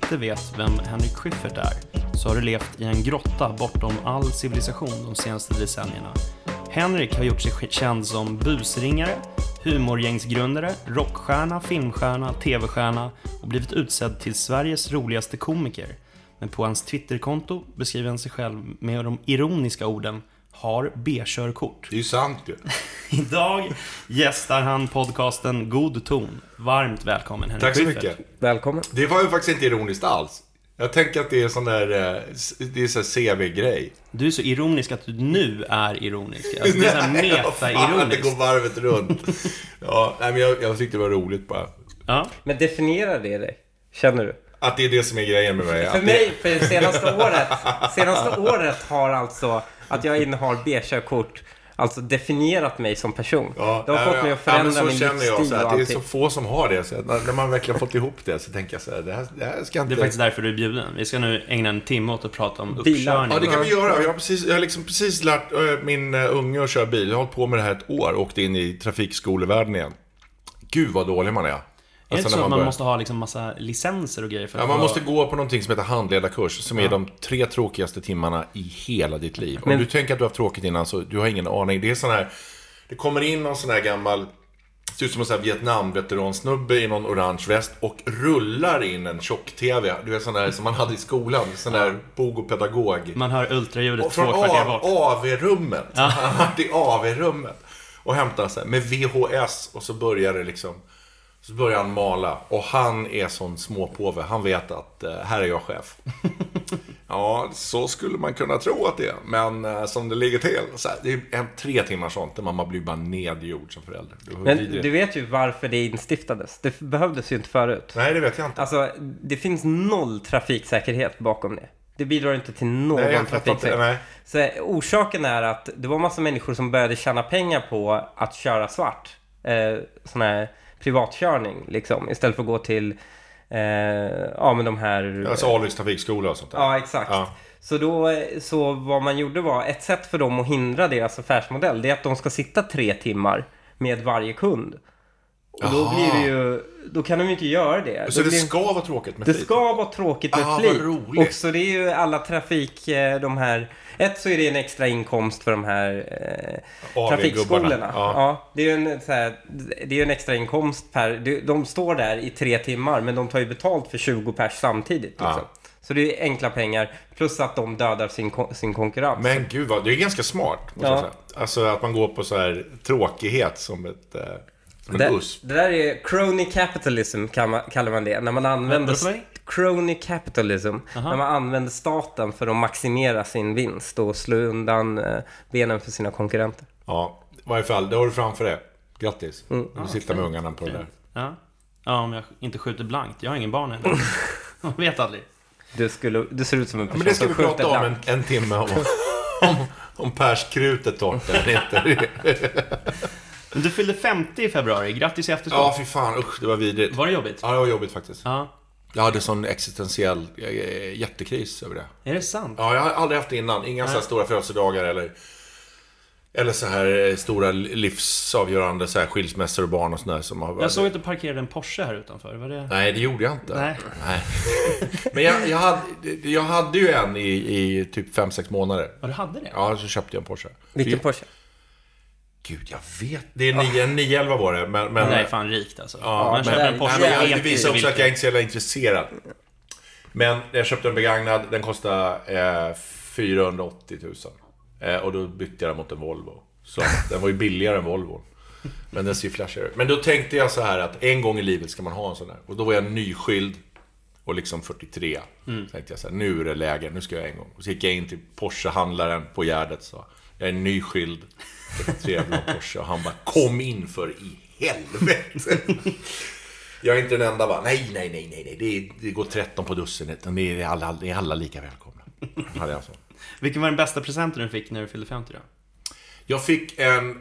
inte vet vem Henrik Schyffert är så har du levt i en grotta bortom all civilisation de senaste decennierna. Henrik har gjort sig känd som busringare, humorgängsgrundare, rockstjärna, filmstjärna, tv-stjärna och blivit utsedd till Sveriges roligaste komiker. Men på hans Twitterkonto beskriver han sig själv med de ironiska orden har B-körkort. Det är ju sant ju. Idag gästar han podcasten God ton. Varmt välkommen Henrik. Tack så Schyffert. mycket. Välkommen. Det var ju faktiskt inte ironiskt alls. Jag tänker att det är sån där, det är så CV-grej. Du är så ironisk att du nu är ironisk. Alltså, det är så här Det meta-ironiskt. går varvet runt. Ja, nej, men jag tyckte det var roligt bara. Ja. Men definierar det dig? Känner du? Att det är det som är grejen med mig. För mig, för senaste året har alltså att jag innehar B-körkort alltså definierat mig som person. Ja, det har fått mig att förändra min känner jag, livsstil så här, och det är allting. så få som har det. Så när man verkligen fått ihop det så tänker jag så här, det här ska inte... Det är faktiskt därför du är bjuden. Vi ska nu ägna en timme åt att prata om uppkörning. Ja, det kan vi göra. Jag har liksom precis lärt min unge att köra bil. Jag har hållit på med det här ett år och åkt in i trafikskolevärlden igen. Gud vad dålig man är. Är det så att man måste ha liksom massa licenser och grejer för att man måste gå på någonting som heter handledarkurs, som är de 3 tråkigaste timmarna i hela ditt liv. Om du tänker att du har haft tråkigt innan så du har ingen aning. Det är sån här, det kommer in någon sån här gammal, ser ut som en sån här Vietnam-veteransnubbe i någon orange väst och rullar in en tjock-tv. Du vet sån där som man hade i skolan, sån där bogopedagog. Man hör ultraljudet och 2 från kvarter bort. AV-rummet. Han har varit i AV-rummet och hämtar sig med VHS och så börjar det liksom. Så börjar han mala. Och han är sån småpåve. Han vet att här är jag chef. Ja, så skulle man kunna tro att det är. Men som det ligger till så här, det är 3 timmar sånt där man blir bara nedgjord som förälder. Men du vet ju varför det instiftades. Det behövdes ju inte förut. Nej, det vet jag inte. Alltså, det finns 0 trafiksäkerhet bakom det. Det bidrar inte till någon trafiksäkerhet. Så orsaken är att det var massa människor som började tjäna pengar på att köra svart. Sån här privatkörning liksom, istället för att gå till men de här... Alltså Alviks trafikskola och sånt där. Ja, exakt. Ja. Så vad man gjorde var, ett sätt för dem att hindra deras affärsmodell, det är att de ska sitta 3 timmar med varje kund. Och då blir det ju, då kan de ju inte göra det. Så det ska vara tråkigt med flit? Det ska vara tråkigt med flit. Och så det är ju alla de här... så är det en extra inkomst för de här trafikskolorna. Ja, det är ju en extra inkomst per... De står där i 3 timmar, men de tar ju betalt för 20 pers samtidigt. Liksom. Så det är enkla pengar, plus att de dödar sin konkurrens. Men gud vad, det är ganska smart, måste jag säga. Alltså att man går på så här tråkighet som ett... Det där är crony capitalism kallar man det. När man använder crony capitalism. När man använder staten för att maximera sin vinst och slå undan benen för sina konkurrenter. Ja, i varje fall, det har du framför det. Grattis. Du sitter med ungarna på det där. Ja, om jag inte skjuter blankt. Jag har ingen barn än. Jag vet aldrig. Du ser ut som en person. Men det ska vi prata om en timme om perskrutet torten. Men du fyllde 50 i februari, grattis i efterskott. Ja, fy fan, usch, det var vidrigt. Var det jobbigt? Ja, det var jobbigt faktiskt. Ja. Jag hade sån existentiell jättekris över det. Är det sant? Ja, jag har aldrig haft det innan. Inga så här stora födelsedagar eller så här stora livsavgörande så här skilsmässor och barn och sådär som har... Jag såg att du parkerade en Porsche här utanför. Var det... Nej, det gjorde jag inte. Nej. Men jag hade ju en i typ 5-6 månader. Ja, du hade det? Ja, så köpte jag en Porsche. Vilken Porsche? Gud, jag vet. Det är 911 var det. Men det är fan rikt alltså. Ja, man köper en Porsche. Det visar också att jag inte är så jävla intresserad. Men jag köpte en begagnad. Den kostade 480 000. Och då bytte jag den mot en Volvo. Så den var ju billigare än Volvo. Men den ser ju flashigare. Men då tänkte jag så här att en gång i livet ska man ha en sån där. Och då var jag nyskild. Och liksom 43. Tänkte jag så här, nu är det läge. Nu ska jag en gång. Och så gick jag in till Porsche-handlaren på Gärdet. Så jag är nyskild. 43 blå Porsche. Och han bara, kom in för i helvete. Jag är inte den enda va? Nej. Det går 13 på dussinet. Det är alla lika välkomna. Hade jag så. Vilken var den bästa presenten du fick när du fyllde 50 då? Jag fick en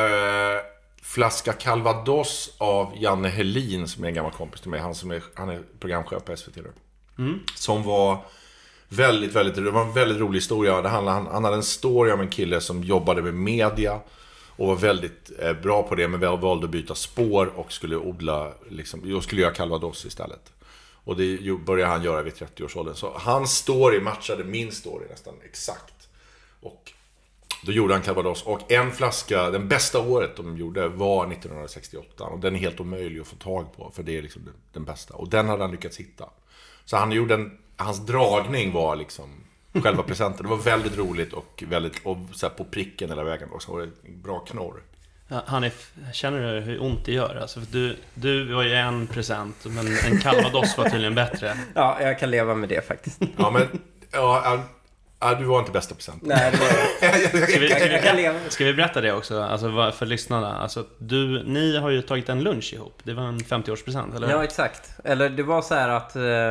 flaska Calvados av Janne Helin som är en gammal kompis till mig. Han är programchef på SVT. Som var väldigt, det var en väldigt rolig historia. Han hade en story om en kille som jobbade med media och var väldigt bra på det, men valde att byta spår och skulle odla, liksom, jag skulle göra Calvados istället. Och det började han göra vid 30-årsåldern. Så hans story matchade min story nästan exakt. Och då gjorde han Calvados. Och en flaska, den bästa året de gjorde var 1968. Och den är helt omöjlig att få tag på. För det är liksom den bästa. Och den hade han lyckats hitta. Så han gjorde hans dragning var liksom själva presenten. Det var väldigt roligt och så här på pricken hela vägen. Och så var det en bra knorr. Ja, Hanif, känner du hur ont det gör? Alltså, för du var ju en present, men en Calvados var tydligen bättre. Ja, jag kan leva med det faktiskt. Ja, men du var inte bästa present. Nej, det var jag. Ska vi berätta det också? Alltså, för lyssnarna. Alltså, ni har ju tagit en lunch ihop. Det var en 50-årspresent, eller? Ja, exakt. Eller det var så här att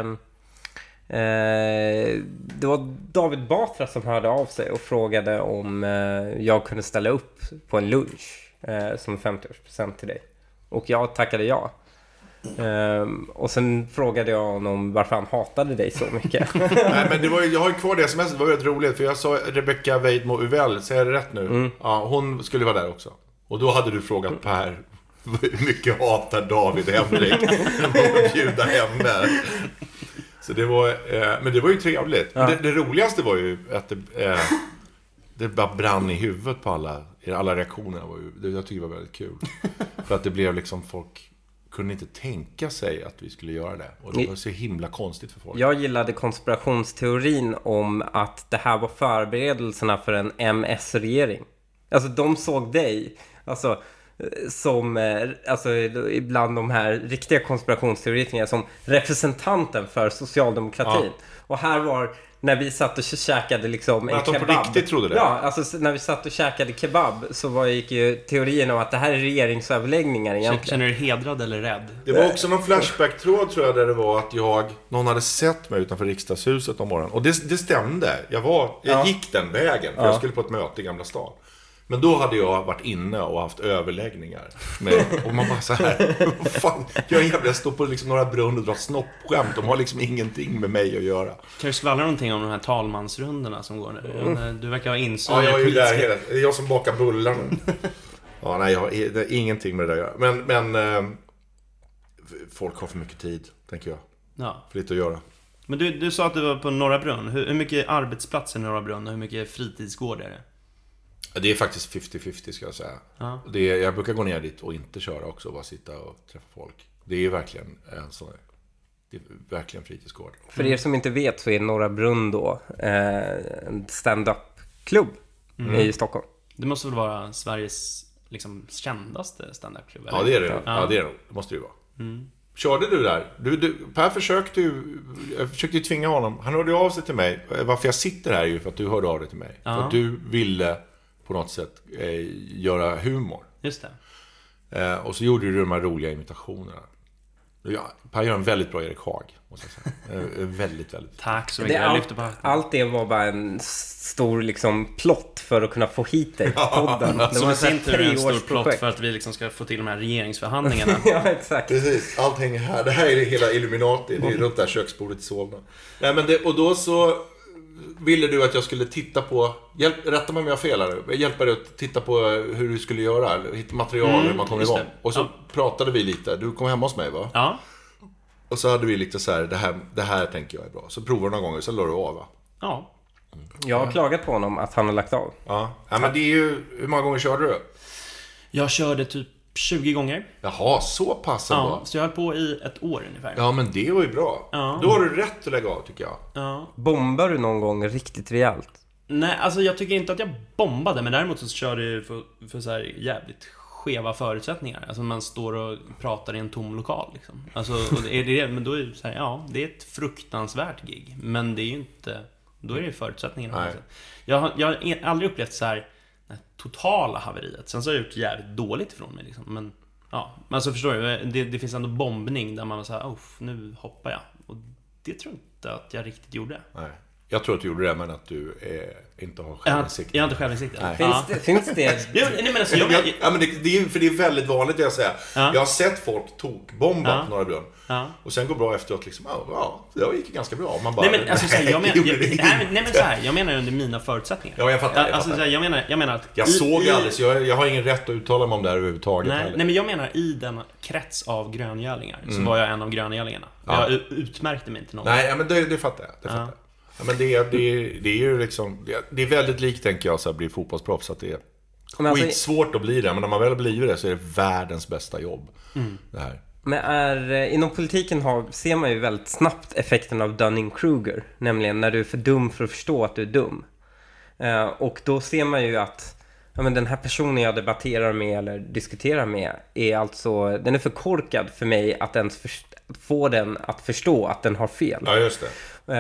det var David Batra som hörde av sig och frågade om jag kunde ställa upp på en lunch som 50-årspresent till dig. Och jag tackade ja. Och sen frågade jag honom varför han hatade dig så mycket. Nej, men jag har ju kvar det sms. Det var väldigt roligt. För jag sa Rebecca Weidmo Uvell, säger jag det rätt nu? Ja, hon skulle vara där också. Och då hade du frågat Per, hur mycket hatar David Hemrik? Och bjuda henne. Så det var, men det var ju trevligt. Ja. Det roligaste var ju att det bara brann i huvudet på alla reaktioner. Jag tycker det var väldigt kul. För att det blev liksom, folk kunde inte tänka sig att vi skulle göra det. Och det var så himla konstigt för folk. Jag gillade konspirationsteorin om att det här var förberedelserna för en MS-regering. Alltså de såg dig, alltså som ibland de här riktiga konspirationsteoretikerna som representanten för socialdemokratin. Ja. Och här var när vi satt och käkade liksom en kebab. På riktigt trodde det? Ja, alltså när vi satt och käkade kebab så gick ju teorin om att det här är regeringsöverläggningar egentligen. Känner du dig hedrad eller rädd? Det var också någon flashback-tråd tror jag där det var att någon hade sett mig utanför riksdagshuset om morgonen. Och det stämde. Jag gick den vägen för jag skulle på ett möte i Gamla stan. Men då hade jag varit inne och haft överläggningar och man bara så här, fan, jag står på liksom Norra Brunn och drar snoppskämt. De har liksom ingenting med mig att göra. Kan du skvallra någonting om de här talmansrundorna som går nu? Du verkar ha insyn. Ja, jag är ju där det är jag som bakar bullar nu. Ja, nej, jag har ingenting med det där att göra. Men folk har för mycket tid, tänker jag. Ja. För lite att göra. Men du sa att du var på Norra Brunn. Hur mycket arbetsplatser i Norra Brunn och hur mycket fritidsgård är det? Det är faktiskt 50-50 ska jag säga. Ja. Jag brukar gå ner dit och inte köra också. Bara sitta och träffa folk. Det är verkligen det är verkligen fritidsgård. För er som inte vet så är Norra Brunn då en stand-up-klubb i Stockholm. Det måste väl vara Sveriges liksom kändaste stand-up-klubb? Ja, det är det. Ja, det är det. Det måste det ju vara. Körde du där? Per försökte ju tvinga honom. Han hörde av sig till mig. Varför jag sitter här är ju för att du hörde av dig till mig. För att du ville på något sätt göra humor. Just det. Och så gjorde du de här roliga imitationerna. Per gör en väldigt bra Erik Haag, måste jag säga. Väldigt, väldigt. Tack så mycket. Allt det var bara en stor liksom plott för att kunna få hit dig på podden. Det var en stor plott för att vi liksom ska få till de här regeringsförhandlingarna. Ja, exakt. Precis, allt hänger här. Det här är hela Illuminati. Det är runt där köksbordet i Solna. Nej, men och då så ville du att jag skulle titta på, rätta mig om jag har fel här, hjälpa dig att titta på hur du skulle göra, hitta material, hur man kommer igång. Och så pratade vi lite, du kom hemma hos mig va? Ja. Och så hade vi lite så här, det här tänker jag är bra. Så provar du några gånger, så lade du av va? Ja. Jag har klagat på honom att han har lagt av. Ja, men det är ju, hur många gånger körde du? Jag körde typ 20 gånger. Jaha, så passar ja, så jag höll på i ett år ungefär. Ja, men det var ju bra. Ja. Då har du rätt att lägga av, tycker jag. Ja. Bombar du någon gång riktigt rejält? Nej, alltså jag tycker inte att jag bombade. Men däremot så körde jag för så här jävligt skeva förutsättningar. Alltså man står och pratar i en tom lokal liksom. Alltså, och är det, men då är det så här, ja, det är ett fruktansvärt gig. Men det är ju inte, då är det förutsättningarna. Jag har aldrig upplevt så här totala haveriet. Sen så har jag gjort jävligt dåligt ifrån mig liksom. Men ja, men alltså förstår du, det finns ändå bombning där man säger, nu hoppar jag. Och det tror jag inte att jag riktigt gjorde. Nej. Jag tror att du gjorde det, men att du inte har självinsikt. Jag har inte självinsikt. Finns det? Det är väldigt vanligt, jag säger. Jag har sett folk tokbomba på Norra Brunn. Och sen går bra efteråt liksom, det gick ganska bra. Man bara, jag menar under mina förutsättningar. Ja, jag fattar. Jag menar att jag såg alldeles, jag har ingen rätt att uttala mig om det här överhuvudtaget. Nej, men jag menar i den krets av gröngölingar så var jag en av gröngölingarna. Jag utmärkte mig inte någon. Nej, men det fattar jag. Ja, men det är ju liksom, det är väldigt likt, tänker jag, så att bli fotbollsproffs, att det är skitsvårt att bli det, men när man väl blir det så är det världens bästa jobb. Det här. Men inom politiken ser man ju väldigt snabbt effekten av Dunning-Kruger, nämligen när du är för dum för att förstå att du är dum. Och då ser man ju att den här personen jag debatterar med eller diskuterar med den är för korkad för mig att ens få den att förstå att den har fel. Ja, just det.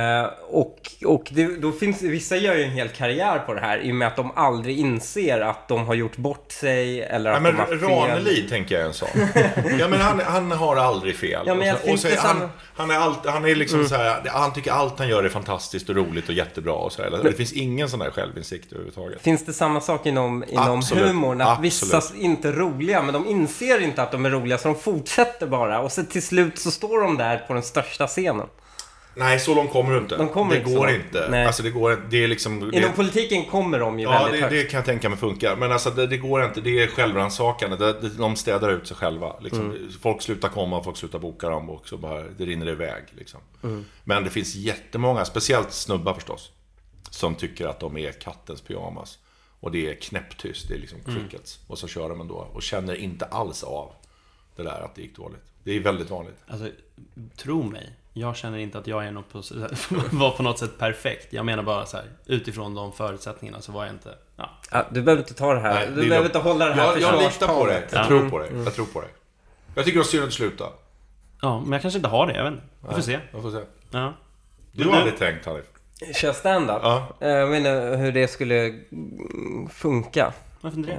Då finns vissa gör ju en hel karriär på det här i och med att de aldrig inser att de har gjort bort sig eller att de har fel. Ranelid tänker jag en sån. Ja, men han har aldrig fel. Ja, men han är liksom så här, han tycker allt han gör är fantastiskt och roligt och jättebra och så här. Det finns ingen sån där självinsikt överhuvudtaget. Finns det samma sak inom humorn, att vissa inte är roliga, men de inser inte att de är roliga, så de fortsätter bara och så till slut så står de där på den största scenen. Nej, så långt kommer du inte. Det går inte. Nej. Alltså det är liksom inom politiken kommer de ju väldigt högt. Ja, det kan jag tänka mig funkar. Men alltså det går inte. Det är självrannsakande. De städar ut sig själva liksom. Folk slutar komma, folk slutar boka dem och så bara det rinner iväg liksom. Men det finns jättemånga, speciellt snubbar förstås, som tycker att de är kattens pyjamas. Och det är knäpptyst, det är liksom crickets. Och så kör de ändå och känner inte alls av det där att det gick dåligt. Det är väldigt vanligt. Alltså, tro mig, jag känner inte att jag är var på något sätt perfekt. Jag menar bara så här, utifrån de förutsättningarna så var jag inte. Ja, du behöver inte ta det här. Du behöver inte hålla det här jag litar på dig. Jag tror på dig. Jag tycker att synd att sluta. Ja, men jag kanske inte har det. Jag vet inte. Vi får se. Jag får se. Ja. Du har aldrig tänkt, Hanif. Kör stand-up. Ja. Jag vet inte hur det skulle funka. Varför inte det?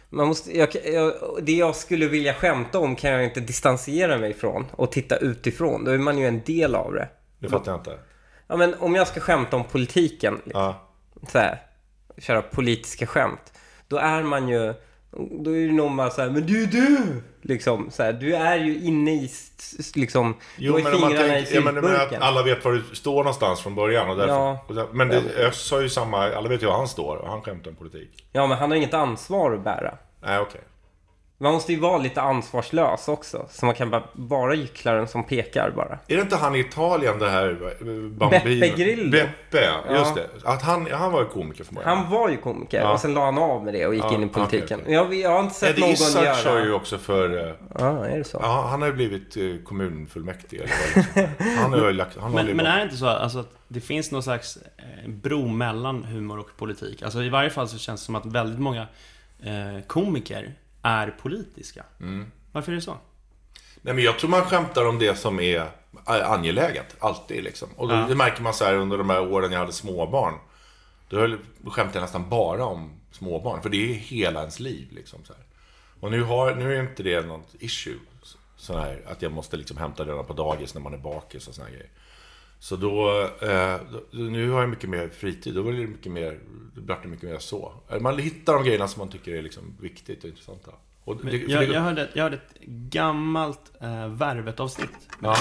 Det jag skulle vilja skämta om kan jag inte distansera mig från och titta utifrån. Då är man ju en del av det. Det fattar jag inte. Ja, men om jag ska skämta om politiken så här, köra politiska skämt, då är man ju, då är det någon bara så här, men du liksom så här, du är ju inne i liksom, jo, men fingrarna i syltburken. Alla vet var du står någonstans från början och därför, men Öss har ju samma, alla vet ju var han står och han skämtar om politik. Ja, men han har inget ansvar att bära. Nej, okej. Man måste ju vara lite ansvarslös också, så man kan bara gycklaren som pekar bara. Är det inte han i Italien, det här Beppe Grillo? Beppe, just det. Att han var ju komiker för mig. Han var ju komiker och sen la han av med det och gick in i politiken. Okay. Jag har inte sett någon Isak göra. kör ju också för... Ja, är det så? Ja, han har ju blivit kommunfullmäktige. Han har lagt, men är det inte så alltså, att det finns någon slags bro mellan humor och politik? Alltså i varje fall så känns det som att väldigt många komiker är politiska. Varför är det så? Nej, men jag tror man skämtar om det som är angeläget. Alltid liksom. Och det märker man så här under de här åren jag hade småbarn. Då skämtade jag nästan bara om småbarn. För det är hela ens liv liksom så här. Och nu är inte det något issue. Så här, att jag måste liksom hämta redan på dagis när man är bakis och såna grejer. Så då nu har jag mycket mer fritid. Då blir det mycket mer så. Man hittar de grejerna som man tycker är liksom viktigt och intressanta. Och jag hörde ett gammalt Värvet-avsnitt. Ja.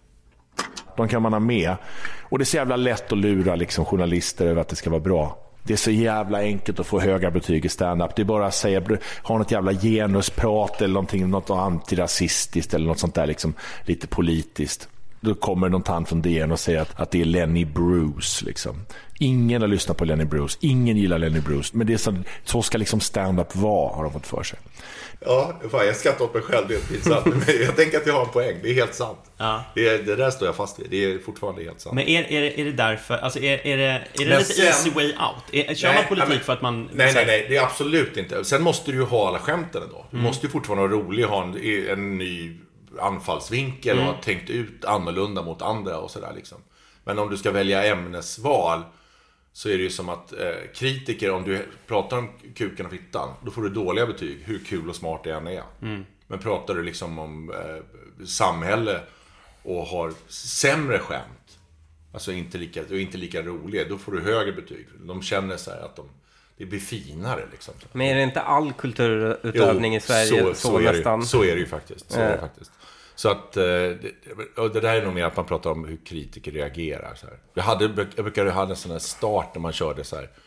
De kan man ha med. Och det är så jävla lätt att lura liksom journalister över att det ska vara bra. Det är så jävla enkelt att få höga betyg i stand-up. Det är bara att säga, ha något jävla genusprat eller någonting, något antirasistiskt eller något sånt där liksom, lite politiskt. Då kommer någon tant från DN och säger att det är Lenny Bruce liksom. Ingen har lyssnat på Lenny Bruce. Ingen gillar Lenny Bruce. Men det är så ska liksom stand-up vara, har de fått för sig. Ja, fan, jag skrattar åt mig själv. Det är pinsamt. Men jag tänker att jag har en poäng. Det är helt sant. Ja. Det där står jag fast vid. Det är fortfarande helt sant. Men är det därför, alltså är det lite easy way out? Kör man politik för att man... Nej, det är absolut inte. Sen måste du ju ha alla skämten ändå. Du måste ju fortfarande vara rolig och ha en ny anfallsvinkel och ha tänkt ut annorlunda mot andra och sådär liksom. Men om du ska välja ämnesval så är det ju som att kritiker, om du pratar om kuken och fittan, då får du dåliga betyg, hur kul och smart det än är. Men pratar du liksom om samhälle och har sämre skämt, Alltså inte lika roliga. Då får du högre betyg. De känner så här att det blir finare liksom. Men är det inte all kulturutövning i Sverige så nästan? Så är det ju faktiskt. Så att det där är nog mer att man pratar om hur kritiker reagerar. Så här. Jag brukade ha en sån här start när man körde så här.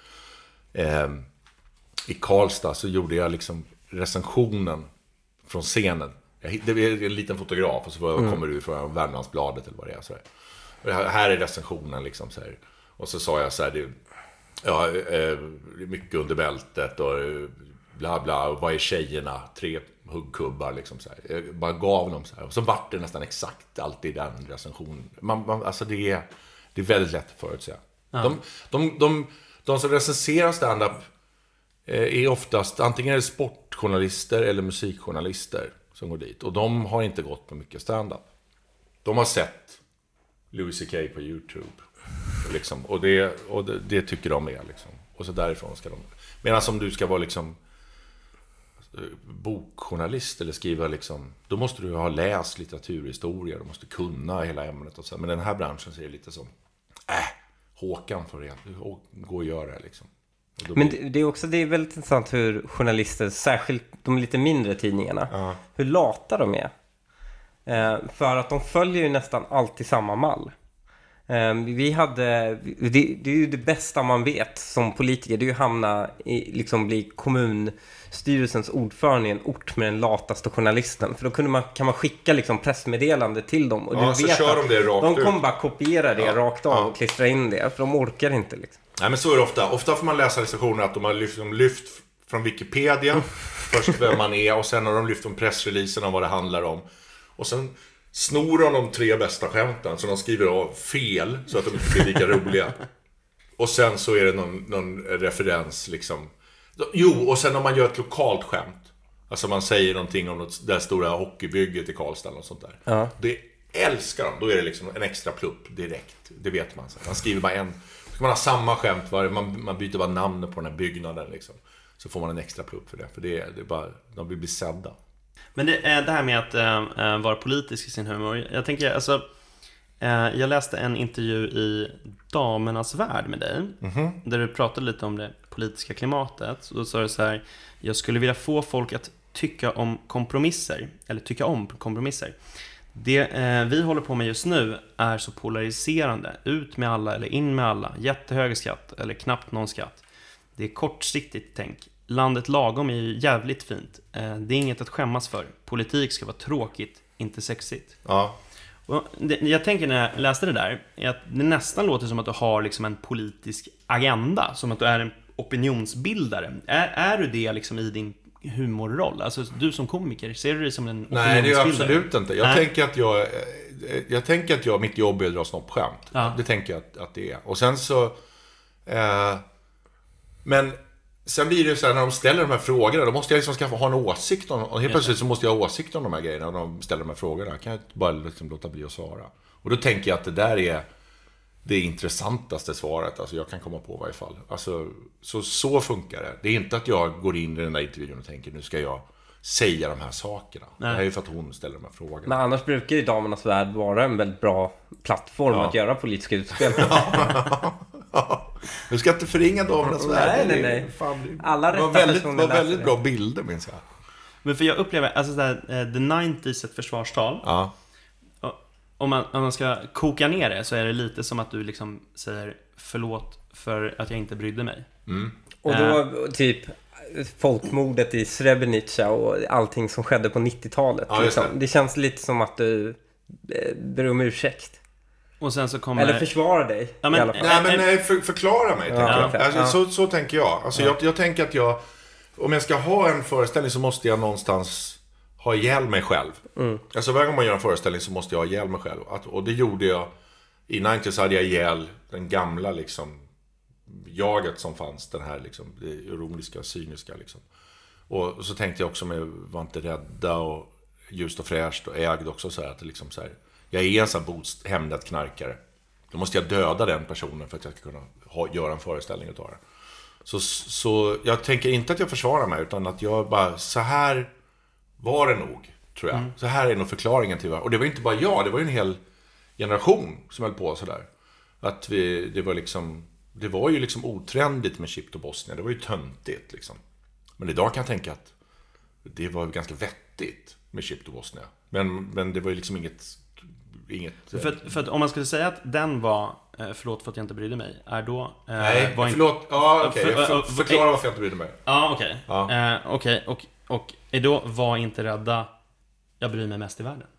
I Karlstad så gjorde jag liksom recensionen från scenen. Det är en liten fotograf och så kommer du från Värmlandsbladet eller vad det är. Så här. Och här är recensionen liksom så här. Och så sa jag så här, det är mycket under bältet och bla bla, och vad är tjejerna? 3 huggkubbar liksom så här. Jag bara gav dem så här. Och så vart det nästan exakt alltid den recensionen. Alltså det är väldigt lätt att förutsäga. Ja. De som recenserar stand-up är oftast antingen är det sportjournalister eller musikjournalister som går dit. Och de har inte gått på mycket stand-up. De har sett Louis CK på YouTube. Liksom. Och det tycker de är. Liksom. Och så därifrån ska de... Medan om du ska vara liksom bokjournalist eller skriva liksom... Då måste du ha läst litteraturhistoria. Du måste kunna hela ämnet. Och så. Men den här branschen ser lite som... Håkan får det. Gå och göra det liksom. Men det är väldigt intressant hur journalister, särskilt de lite mindre tidningarna, hur lata de är. För att de följer ju nästan alltid samma mall. Det är ju det bästa man vet som politiker. Det är ju hamna i, liksom bli kommunstyrelsens ordförande i en ort med den lataste journalisten. För då kan man skicka liksom pressmeddelande till dem. Och du vet att de kommer bara kopiera det rakt av och klistra in det. För de orkar inte liksom. Nej, men så är det ofta. Ofta får man läsa recensioner att de har lyft från Wikipedia. Först vem man är och sen har de lyft från pressreleasen om vad det handlar om. Och sen snor de 3 bästa skämten så de skriver av fel så att de inte blir lika roliga. Och sen så är det någon referens liksom. Jo, och sen om man gör ett lokalt skämt. Alltså man säger någonting om det stora hockeybygget i Karlstad och sånt där. Ja. Det älskar de. Då är det liksom en extra plupp direkt. Det vet man. Man skriver bara en. Man har samma skämt, man byter bara namnet på den här byggnaden liksom. Så får man en extra plupp för det. För det är bara, de blir sedda. Men det här med att vara politisk i sin humor. Jag tänker, alltså, jag läste en intervju i Damernas Värld med dig. Mm-hmm. Där du pratade lite om det politiska klimatet. Och då sa du så här: jag skulle vilja få folk att tycka om kompromisser. Eller tycka om kompromisser. Det vi håller på med just nu är så polariserande. Ut med alla eller in med alla. Jättehög skatt eller knappt någon skatt. Det är kortsiktigt tänk. Landet lagom är ju jävligt fint. Det är inget att skämmas för. Politik ska vara tråkigt, inte sexigt. Ja. Och jag tänker när jag läste det där, är att det nästan låter som att du har liksom en politisk agenda. Som att du är en opinionsbildare. Är du det liksom i din humorroll? Alltså du som komiker, ser du dig som en opinionsbildare? Nej, det är jag absolut inte. Jag tänker att mitt jobb är att dra snoppskämt. Ja. Det tänker jag att det är. Och sen så... men sen blir det så här, när de ställer de här frågorna, då måste jag liksom ha en åsikt om, och helt plötsligt så måste jag ha åsikt om de här grejerna när de ställer de här frågorna. Kan jag bara liksom låta bli att svara. Och då tänker jag att det där är det intressantaste svaret, alltså jag kan komma på i varje fall. Alltså, så funkar det. Det är inte att jag går in i den där intervjun och tänker, nu ska jag säga de här sakerna. Nej. Det är ju för att hon ställer de här frågorna. Men annars brukar ju Damernas Värld vara en väldigt bra plattform att göra politiska utspel. Du ska inte förringa Damernas Värld. Nej. Fan, alla det var väldigt bra bilder, minns jag. Men för jag upplever, alltså såhär, The 90s ett försvarstal. Ja. Om man ska koka ner det så är det lite som att du liksom säger förlåt för att jag inte brydde mig. Mm. Och då typ folkmordet i Srebrenica och allting som skedde på 90-talet. Ja, liksom. Det känns lite som att du ber om ursäkt. Och sen så kommer... Eller försvara dig i alla fall. Nej, förklara mig, tänker jag. Alltså, så tänker jag. Alltså, jag tänker att om jag ska ha en föreställning så måste jag någonstans ha ihjäl mig själv. Mm. Alltså varje gång man gör en föreställning så måste jag ha ihjäl mig själv. Och det gjorde jag. I 90s hade jag ihjäl den gamla liksom jaget som fanns. Den här liksom, det ironiska, cyniska liksom. Och så tänkte jag också, men var inte rädda och ljust och fräscht och ägd också så här, att det liksom så här, jag är en sån hämnad knarkare. Då måste jag döda den personen för att jag ska kunna göra en föreställning utav det. Så jag tänker inte att jag försvarar mig, utan att jag bara, så här var det nog, tror jag. Mm. Så här är nog förklaringen till det. Och det var inte bara jag, det var ju en hel generation som höll på sådär. Att det var ju liksom otrendigt med Chip to Bosnia. Det var ju töntigt liksom. Men idag kan jag tänka att det var ganska vettigt med Chip to Bosnia. Men det var ju liksom inget... För att om man skulle säga att den var... förlåt för att jag inte brydde mig. Är då... nej, förlåt. Ja, okej. Förklara varför jag inte brydde mig. Ja, okej. Okej. Och då var inte rädda... Jag bryr mig mest i världen.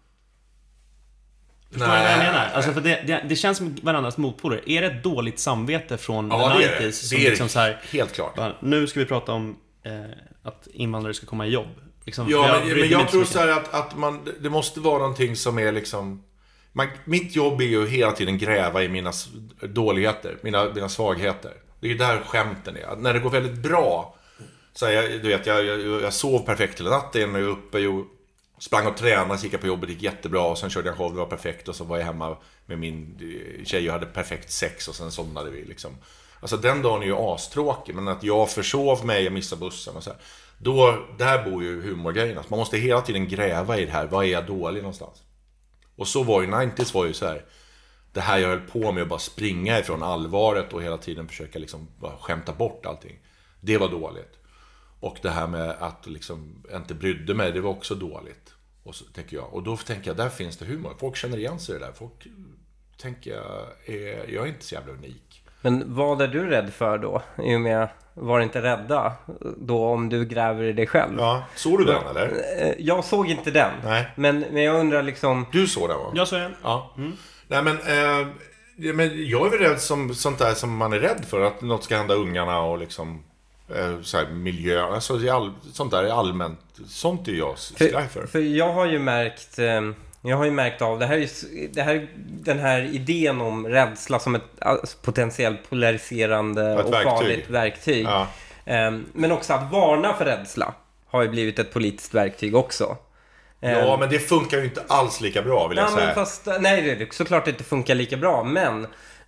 Förstår du vad jag menar? Alltså för det känns som varandras motpoler. Är det ett dåligt samvete från the 90s? Som det är liksom så här, helt klart. Nu ska vi prata om att invandrare ska komma i jobb. Liksom, men jag tror så här att det måste vara någonting som är liksom... mitt jobb är ju hela tiden gräva i mina dåligheter, mina svagheter. Det är ju där skämten är. När det går väldigt bra, så jag sov perfekt hela natten och jag är uppe sprang och tränade, gick på jobbet, gick jättebra och sen körde jag show, det var perfekt och så var jag hemma med min tjej och hade perfekt sex och sen somnade vi liksom. Alltså den dagen är ju astråkig, men att jag försov mig, jag missade bussen och så här. Där bor ju humorgrejen. Man måste hela tiden gräva i det här, vad är jag dålig någonstans? Och så var ju 90s var ju så här, det här jag höll på med att bara springa ifrån allvaret och hela tiden försöka liksom bara skämta bort allting. Det var dåligt. Och det här med att liksom inte brydde mig, det var också dåligt. Och så tänker jag, och då tänker jag, där finns det humor. Folk känner igen sig i det där. Folk tänker jag är inte så jävla unik. Men vad är du rädd för då? I och med, var inte rädda då om du gräver i dig själv? Ja, såg du den eller? Jag såg inte den. Nej. Men jag undrar liksom... Du såg den va? Jag såg den. Ja. Nej men jag är väl rädd som sånt där som man är rädd för. Att något ska hända ungarna och liksom... så här, miljö, alltså sånt där är allmänt. Sånt är jag skraj för. För jag har ju märkt av den här idén om rädsla som ett potentiellt polariserande och farligt verktyg. Ja. Men också att varna för rädsla har ju blivit ett politiskt verktyg också. Ja, men det funkar ju inte alls lika bra vill jag säga. Nej, det är såklart inte funkar lika bra, men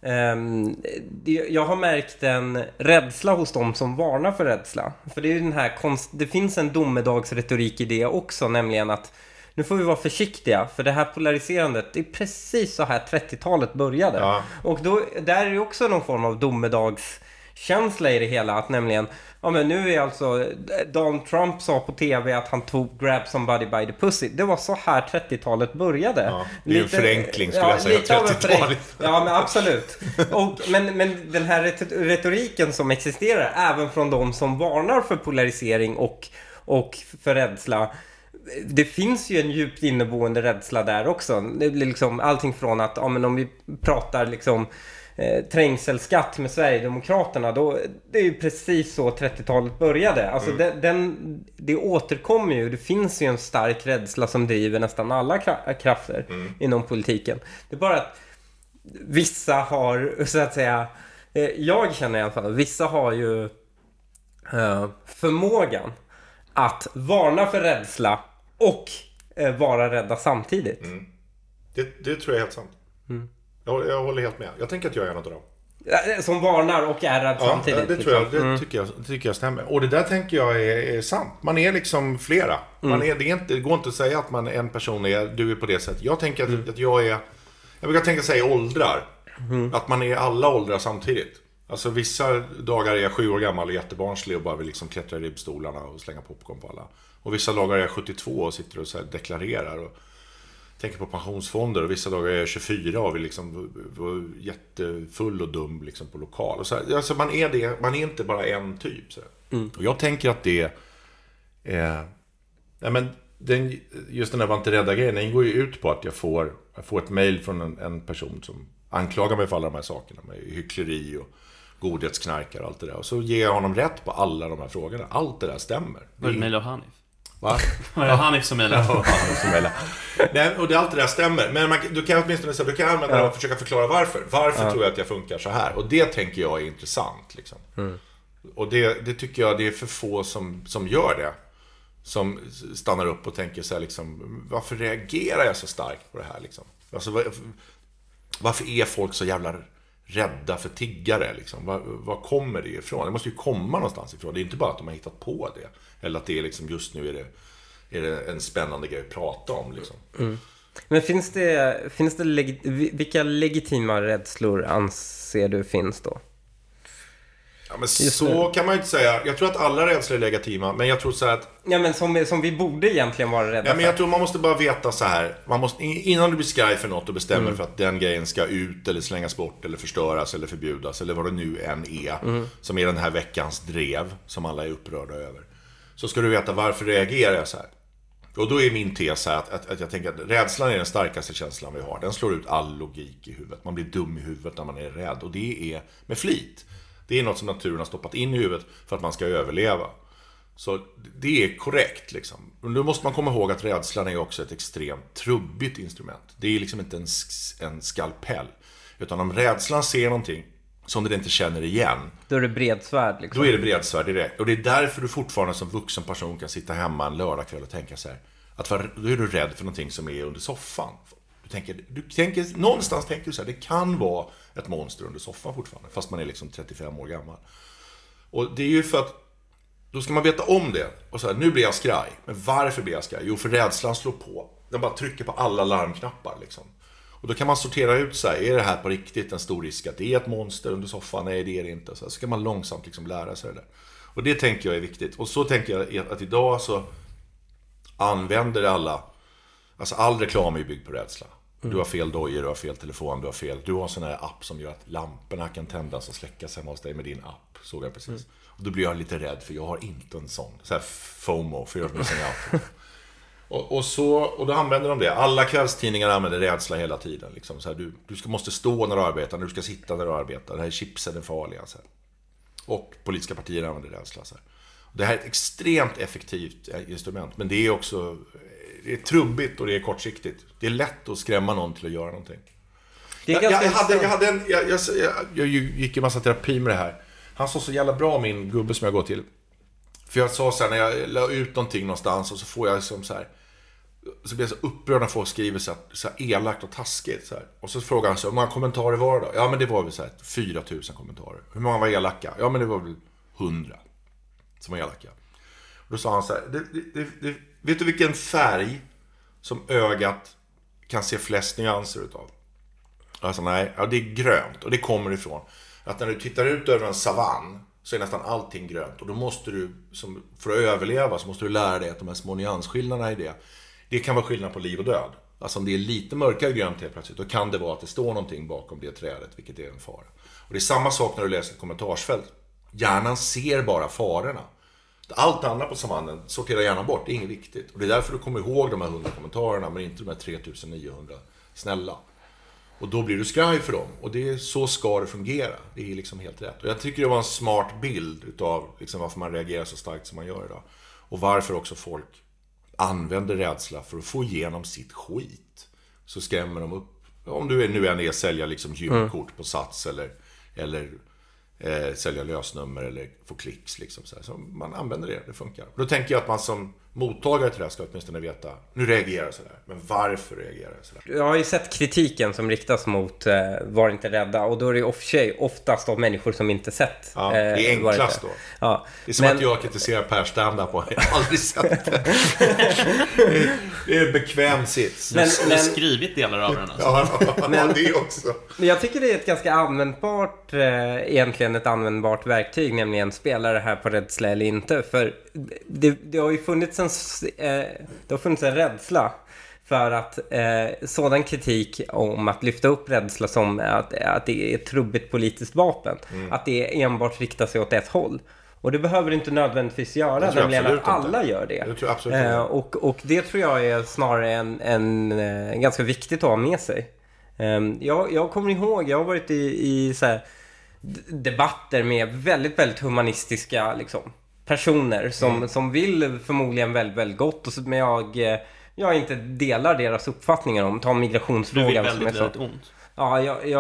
jag har märkt en rädsla hos dem som varnar för rädsla. För det är ju den här det finns en domedagsretorik i det också, nämligen att nu får vi vara försiktiga, för det här polariserandet, det är precis så här 30-talet började. Ja. Och där är det också någon form av domedagskänsla i det hela, att nämligen, ja men nu är alltså Donald Trump sa på tv att han tog grab somebody by the pussy. Det var så här 30-talet började. Ja, det är en förenkling skulle jag säga, 30-talet. Ja, men absolut. Men den här retoriken som existerar även från de som varnar för polarisering och för rädsla, det finns ju en djupt inneboende rädsla där också. Det blir liksom allting från att men om vi pratar liksom trängselskatt med Sverigedemokraterna, då det är ju precis så 30-talet började. Alltså det återkommer ju. Det finns ju en stark rädsla som driver nästan alla krafter inom politiken. Det är bara att vissa har, så att säga, jag känner i alla fall, vissa har ju förmågan att varna för rädsla och vara rädda samtidigt. Det tror jag är helt sant. Jag håller helt med. Jag tänker att jag är en av dem. Som varnar och är rädd samtidigt. Det tror jag. Det tycker jag stämmer. Och det där tänker jag är sant. Man är liksom flera. Det går inte att säga att man en person du är på det sättet. Jag tänker att jag brukar tänka sig åldrar. Att man är alla åldrar samtidigt. Alltså vissa dagar är jag 7 år gammal och jättebarnslig och bara vill liksom klättra i ribbstolarna och slänga popcorn på alla. Och vissa dagar är jag 72 och sitter och så här deklarerar och tänker på pensionsfonder, och vissa dagar är jag 24 och vill liksom vara jättefull och dum liksom på lokal. Och så här, alltså man är inte bara en typ. Så och jag tänker att det just den här var inte rädda grejen, den går ju ut på att jag får ett mejl från en person som anklagar mig för alla de här sakerna med hyckleri och godhetsknarkar och allt det där. Och så ger jag honom rätt på alla de här frågorna. Allt det där stämmer. Var det mejl av Hanif? Va? Var det Hanif som mejlade? Ja, Hanif som mejlade. Nej, och allt det där stämmer. Men du kan åtminstone säga, du kan använda det och försöka förklara varför. Varför tror jag att jag funkar så här? Och det tänker jag är intressant. Liksom. Och det tycker jag det är för få som gör det. Som stannar upp och tänker så här, liksom, varför reagerar jag så starkt på det här? Liksom? Alltså, varför är folk så jävla rädda för tiggare? Liksom? Var kommer det ifrån? Det måste ju komma någonstans ifrån. Det är inte bara att de har hittat på det. Eller att det är liksom, just nu är det en spännande grej att prata om. Liksom. Men finns det vilka legitima rädslor anser du finns då? Ja, men så kan man ju inte säga. Jag tror att alla rädslor är legitima, men jag tror så här att... Ja, men som vi borde egentligen vara rädda för. Men jag tror man måste bara veta så här. Innan du blir skraj för något och bestämmer för att den grejen ska ut eller slängas bort eller förstöras eller förbjudas eller vad det nu än är, som är den här veckans drev som alla är upprörda över, så ska du veta varför reagerar jag så här. Och då är min tes här att jag tänker att rädslan är den starkaste känslan vi har. Den slår ut all logik i huvudet. Man blir dum i huvudet när man är rädd, och det är med flit. Det är något som naturen har stoppat in i huvudet för att man ska överleva. Så det är korrekt liksom. Men då måste man komma ihåg att rädslan är också ett extremt trubbigt instrument. Det är liksom inte en skalpell. Utan om rädslan ser någonting som den inte känner igen, då är det bredsvärd liksom. Då är det bredsvärd direkt. Och det är därför du fortfarande som vuxen person kan sitta hemma en lördagkväll och tänka så här, att då är du rädd för någonting som är under soffan. Någonstans tänker du så här, det kan vara ett monster under soffan fortfarande, fast man är liksom 35 år gammal. Och det är ju för att då ska man veta om det. Och så här, nu blir jag skraj. Men varför blir jag skraj? Jo, för rädslan slår på. Den bara trycker på alla larmknappar liksom. Och då kan man sortera ut så här, är det här på riktigt en stor risk att det är ett monster under soffan? Nej, det är det inte. Så kan man långsamt liksom lära sig det där. Och det tänker jag är viktigt. Och så tänker jag att idag så använder alla, alltså all reklam är byggd på rädsla. Du har fel dojor, du har fel telefon, du har sån här app som gör att lamporna kan tändas och släckas hemma hos dig med din app, såg jag precis. Och då blir jag lite rädd, för jag har inte en sån så här FOMO, för jag missing out. Och då använder de det. Alla kvällstidningar använder rädsla hela tiden liksom. Så här, du måste stå när du arbetar, du ska sitta när du arbetar. Det här chipsen är farliga så här. Och politiska partier använder rädsla så här. Det här är ett extremt effektivt instrument, men det är också, det är trubbigt och det är kortsiktigt. Det är lätt att skrämma någon till att göra någonting. Jag gick en massa terapi med det här. Han sa så jävla bra, min gubbe som jag går till. För jag sa så här, när jag la ut någonting någonstans, och så får jag som så här, så blir jag så upprörd när folk skriver så här elakt och taskigt så här. Och så frågar han så, hur många kommentarer var det då? Ja, men det var väl så här 4 000 kommentarer. Hur många var elaka? Ja, men det var väl 100 som var elaka. Och då sa han så här, vet du vilken färg som ögat kan se flest nyanser utav? Alltså nej, ja, det är grönt, och det kommer ifrån att när du tittar ut över en savann så är nästan allting grönt, och då måste du, för att överleva, så måste du lära dig att de här små nyansskillnaderna i det kan vara skillnad på liv och död. Alltså om det är lite mörkare grönt helt plötsligt, då kan det vara att det står någonting bakom det trädet, vilket är en fara. Och det är samma sak när du läser ett kommentarsfält. Hjärnan ser bara farorna. Allt annat på savannen sorterar hjärnan bort, det är inget viktigt. Och det är därför du kommer ihåg de här 100 kommentarerna, men inte de här 3900 snälla. Och då blir du skraj för dem. Och så ska det fungera. Det är liksom helt rätt. Och jag tycker det var en smart bild utav liksom varför man reagerar så starkt som man gör idag. Och varför också folk använder rädsla för att få igenom sitt skit. Så skrämmer de upp. Om du nu är sälja liksom gymkort på Sats eller sälja lösnummer eller få klicks liksom så här. Så man använder det funkar. Och då tänker jag att man som mottagare till det här ska åtminstone veta, nu reagerar jag sådär, men varför reagerar jag sådär? Jag har ju sett kritiken som riktas mot var inte rädda, och då är det oftast av människor som inte sett. Ja, det är enklast då. Ja. Det är som att jag kritiserar Per stand-up på, jag har aldrig sett det. Det är en bekväm sits. Men skrivit delar av den alltså. Ja, det också. Men jag tycker det är ett ganska användbart, egentligen ett användbart verktyg, nämligen spelar det här på rädsla eller inte. För det har ju funnits en rädsla för att sådan kritik om att lyfta upp rädsla som att det är ett trubbigt politiskt vapen, att det enbart riktar sig åt ett håll. Och det behöver inte nödvändigtvis göra, nämligen att alla gör det. Det tror jag absolut inte. Och det tror jag är snarare en ganska viktigt att ha med sig. Jag kommer ihåg, jag har varit i så här debatter med väldigt, väldigt humanistiska liksom, personer som vill förmodligen väldigt, väldigt gott, men jag inte delar deras uppfattningar om migrationsfrågan. Du vill väldigt ont. Ja,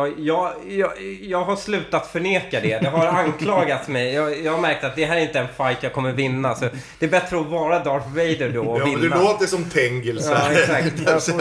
jag har slutat förneka det. Det har anklagats mig. Jag har märkt att det här är inte en fight jag kommer vinna. Så det är bättre att vara Darth Vader då och vinna. Du låter som Tengil så här. Ja, exakt.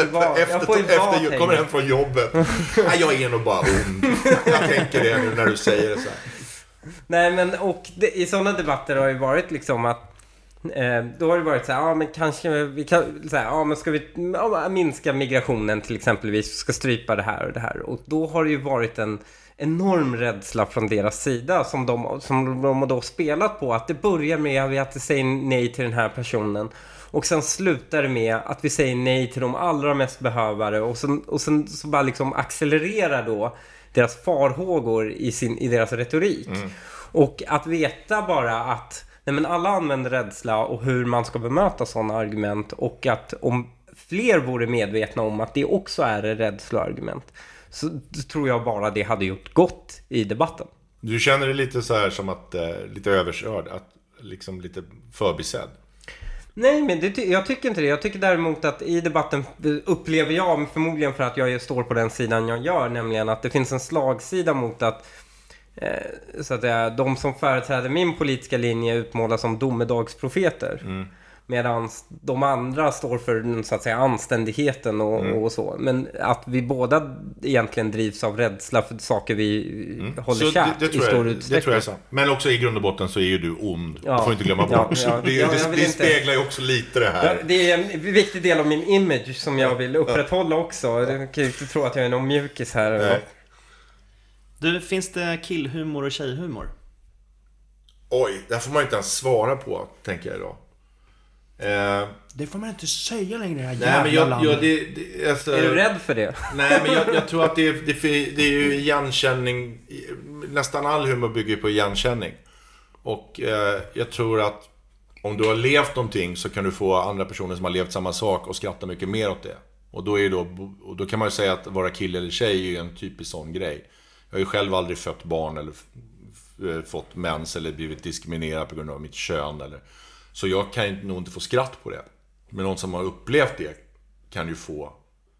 Efter kommer hem från jobbet. Nej, jag är nog bara ond. Jag tänker det nu när du säger det så här. Nej, men i sådana debatter har ju varit liksom att Då har det varit så här, men kanske vi kan så här, men ska vi minska migrationen till exempelvis, ska strypa det här och det här. Och då har det ju varit en enorm rädsla från deras sida som de har då spelat på, att det börjar med att vi säger nej till den här personen. Och sen slutar det med att vi säger nej till de allra mest behövare. Och sen så bara liksom accelererar då deras farhågor i deras retorik. Och att veta bara att men alla använder rädsla och hur man ska bemöta sådana argument. Och att om fler vore medvetna om att det också är ett rädsloargument, så tror jag bara det hade gjort gott i debatten. Du känner det lite så här som att lite överkörd, att liksom lite förbisedd? Nej, men jag tycker inte det. Jag tycker däremot att i debatten upplever jag, förmodligen för att jag står på den sidan jag gör, nämligen att det finns en slagsida mot att så att de som företräder min politiska linje utmålas som domedagsprofeter. Medan de andra står för så att säga anständigheten och så. Men att vi båda egentligen drivs av rädsla för saker vi håller kärt i stor utsträckning. Det tror jag är sant. Men också i grund och botten så är ju du ond. Ja. Du får inte glömma bort. Det speglar ju också lite det här. Ja, det är en viktig del av min image som jag vill upprätthålla också. Jag kan ju inte tro att jag är någon mjukis här. Nej. Du, finns det killhumor och tjejhumor? Oj, det får man inte ens svara på, tänker jag idag. Det får man inte säga längre, det här jävla landet. Är du rädd för det? Nej, men jag tror att det är ju igenkänning. Nästan all humor bygger på igenkänning. Och jag tror att om du har levt någonting så kan du få andra personer som har levt samma sak och skratta mycket mer åt det. Och då kan man ju säga att vara kille eller tjej är ju en typisk sån grej. Jag har ju själv aldrig fött barn eller fått mens eller blivit diskriminerad på grund av mitt kön eller. Så jag kan nog inte få skratt på det. Men någon som har upplevt det kan ju få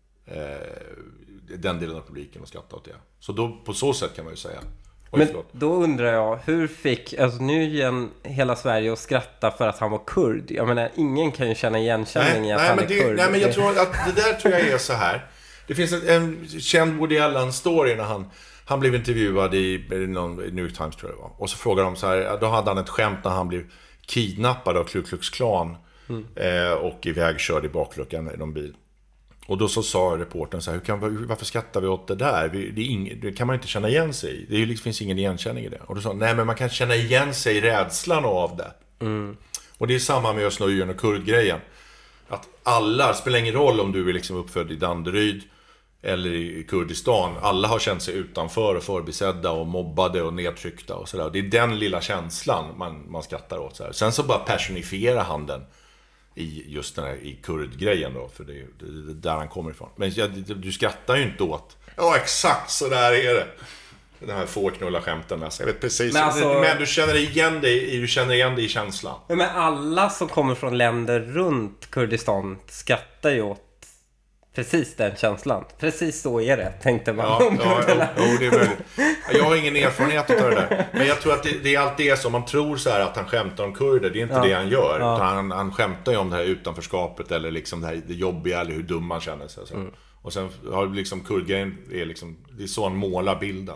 den delen av publiken att skratta åt det. Så då, på så sätt kan man ju säga. Men då undrar jag, hur fick nu igen hela Sverige att skratta för att han var kurd? Jag menar, ingen kan ju känna igenkänning i att han är kurd. Nej, men jag tror att det där tror jag är så här. Det finns en känd Woody Allen-story när han blev intervjuad i någon New York Times tror jag det var. Och så frågade de så här, då hade han ett skämt när han blev kidnappad av Ku Klux Klan och ivägkörd i bakluckan i någon bil. Och då så sa reportern så här, varför skrattar vi åt det där? Det kan man inte känna igen sig i. Det finns ingen igenkänning i det. Och då sa nej, men man kan känna igen sig i rädslan av det. Och det är samma med Östnöjen och kurdgrejen. Att alla, spelar ingen roll om du är liksom uppfödd i Danderyd eller i Kurdistan, alla har känt sig utanför och förbisedda och mobbade och nedtryckta och sådär. Det är den lilla känslan man skrattar åt så här. Sen så bara personifiera han den i just den här i kurdgrejen då, för det är där han kommer ifrån. Men du skrattar ju inte åt ja, exakt så där är det. Den här fårknulla skämten. Jag vet precis. Men du känner igen dig i känslan. Men alla som kommer från länder runt Kurdistan skrattar ju åt precis den känslan. Precis så är det, tänkte man. Ja, det är möjligt. Jag har ingen erfarenhet av det där. Men jag tror att det är alltid är så. Man tror så här att han skämtar om kurder. Det är inte det han gör. Utan han skämtar ju om det här utanförskapet eller liksom det jobbiga eller hur dum man känner sig. Så. Och sen har liksom kurdgrejen är liksom, det är så han målar bilden.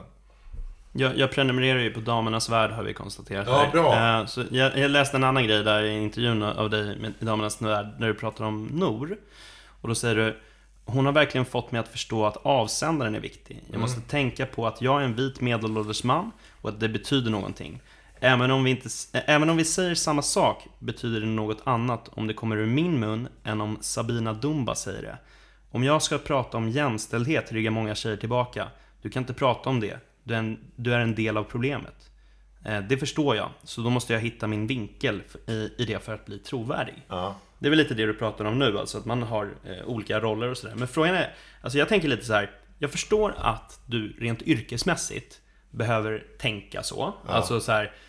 Jag prenumererar ju på Damernas Värld, har vi konstaterat här. Ja, bra. Så jag läste en annan grej där i intervjun av dig i Damernas Värld när du pratar om Nor. Och då säger du, hon har verkligen fått mig att förstå att avsändaren är viktig. Jag måste tänka på att jag är en vit medelålders man och att det betyder någonting. Även om vi säger samma sak betyder det något annat om det kommer ur min mun än om Sabina Dumba säger det. Om jag ska prata om jämställdhet ryggar många tjejer tillbaka. Du kan inte prata om det. Du är en del av problemet. Det förstår jag. Så då måste jag hitta min vinkel i det för att bli trovärdig. Ja. Det är väl lite det du pratar om nu, alltså att man har olika roller och sådär. Men frågan är, alltså jag tänker lite så här. Jag förstår att du rent yrkesmässigt behöver tänka så. Ja. Alltså så här,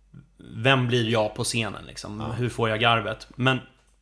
vem blir jag på scenen liksom? Ja. Hur får jag garvet? Men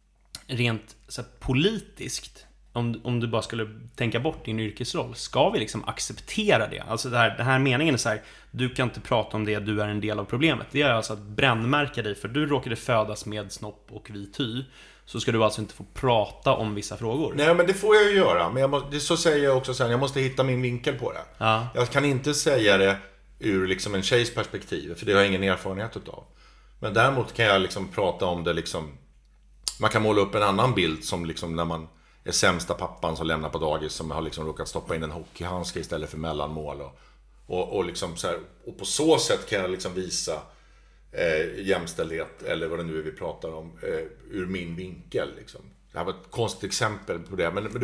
rent så här, politiskt, om du bara skulle tänka bort din yrkesroll, ska vi liksom acceptera det? Alltså det här meningen är så här, du kan inte prata om det, du är en del av problemet. Det är alltså att brännmärka dig, för du råkade födas med snopp och vit hy. Så ska du alltså inte få prata om vissa frågor. Nej, men det får jag ju göra. Men så säger jag också sen, jag måste hitta min vinkel på det. Ja. Jag kan inte säga det ur liksom en tjejs perspektiv, för det har jag ingen erfarenhet utav. Men däremot kan jag liksom prata om det liksom, man kan måla upp en annan bild som liksom när man är sämsta pappan som lämnar på dagis, som har liksom råkat stoppa in en hockeyhandske istället för mellanmål och liksom så här, och på så sätt kan jag liksom visa jämställdhet eller vad det nu är vi pratar om ur min vinkel liksom. Det här var ett konstigt exempel på det.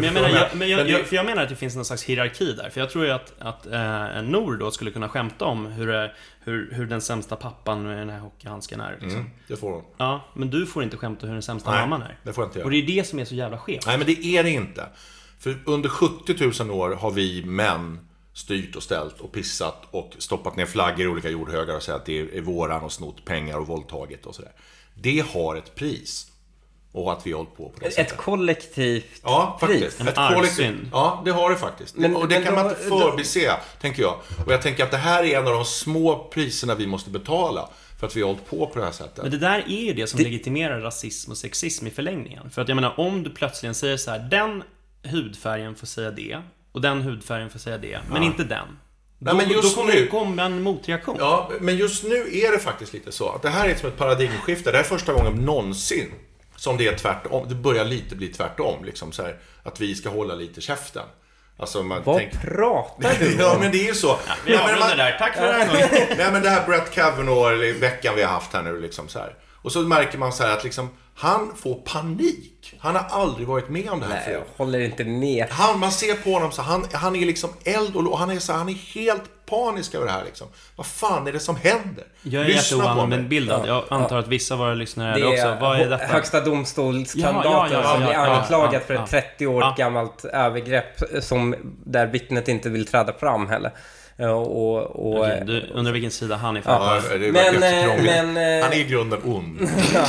Jag menar att det finns någon slags hierarki där. För jag tror ju att Nor då skulle kunna skämta om hur den sämsta pappan med den här hockeyhandsken är. Liksom. Det får hon. Ja, men du får inte skämta hur den sämsta mamman är. Det får jag inte göra. Och det är det som är så jävla skevt. Nej, men det är det inte. För under 70 000 år har vi män styrt och ställt och pissat och stoppat ner flaggor i olika jordhögar och sagt att det är våran och snott pengar och våldtagit och sådär. Det har ett pris. Och att vi har hållit på det sättet. Ett kollektivt faktiskt. pris. Ett kollektivt. Ja, det har det faktiskt. Och det kan man inte förbise, tänker jag. Och jag tänker att det här är en av de små priserna vi måste betala för att vi har hållit på det här sättet. Men det där är ju det som legitimerar rasism och sexism i förlängningen. För att jag menar, om du plötsligen säger så här, den hudfärgen får säga det och den hudfärgen får säga det, men inte den. Nej, men just då kommer det komma en motreaktion. Ja, men just nu är det faktiskt lite så. Att det här är som ett paradigmskifte. Det här är första gången någonsin som det är tvärtom. Det börjar lite bli tvärtom. Liksom så här, att vi ska hålla lite käften. Alltså man vad pratar du om? Ja, men det är ju så. Vi avrundar där. Tack för den här gången. Nej, men det här Brett Kavanaugh-veckan vi har haft här nu. Liksom så här. Och så märker man så här att liksom, han får panik. Han har aldrig varit med om det här. Nej, jag håller inte med. Man ser på honom så han är liksom eld och han är helt panisk över det här liksom. Vad fan är det som händer? Jag är jätteoanvändbildad. Jag antar att vissa av våra lyssnare också. Vad är detta? Högsta domstolskandidaten som blir anklagad för ett 30 år gammalt övergrepp där vittnet inte vill träda fram heller. Okej, du undrar vilken sida han är för. Men han är i grunden ond.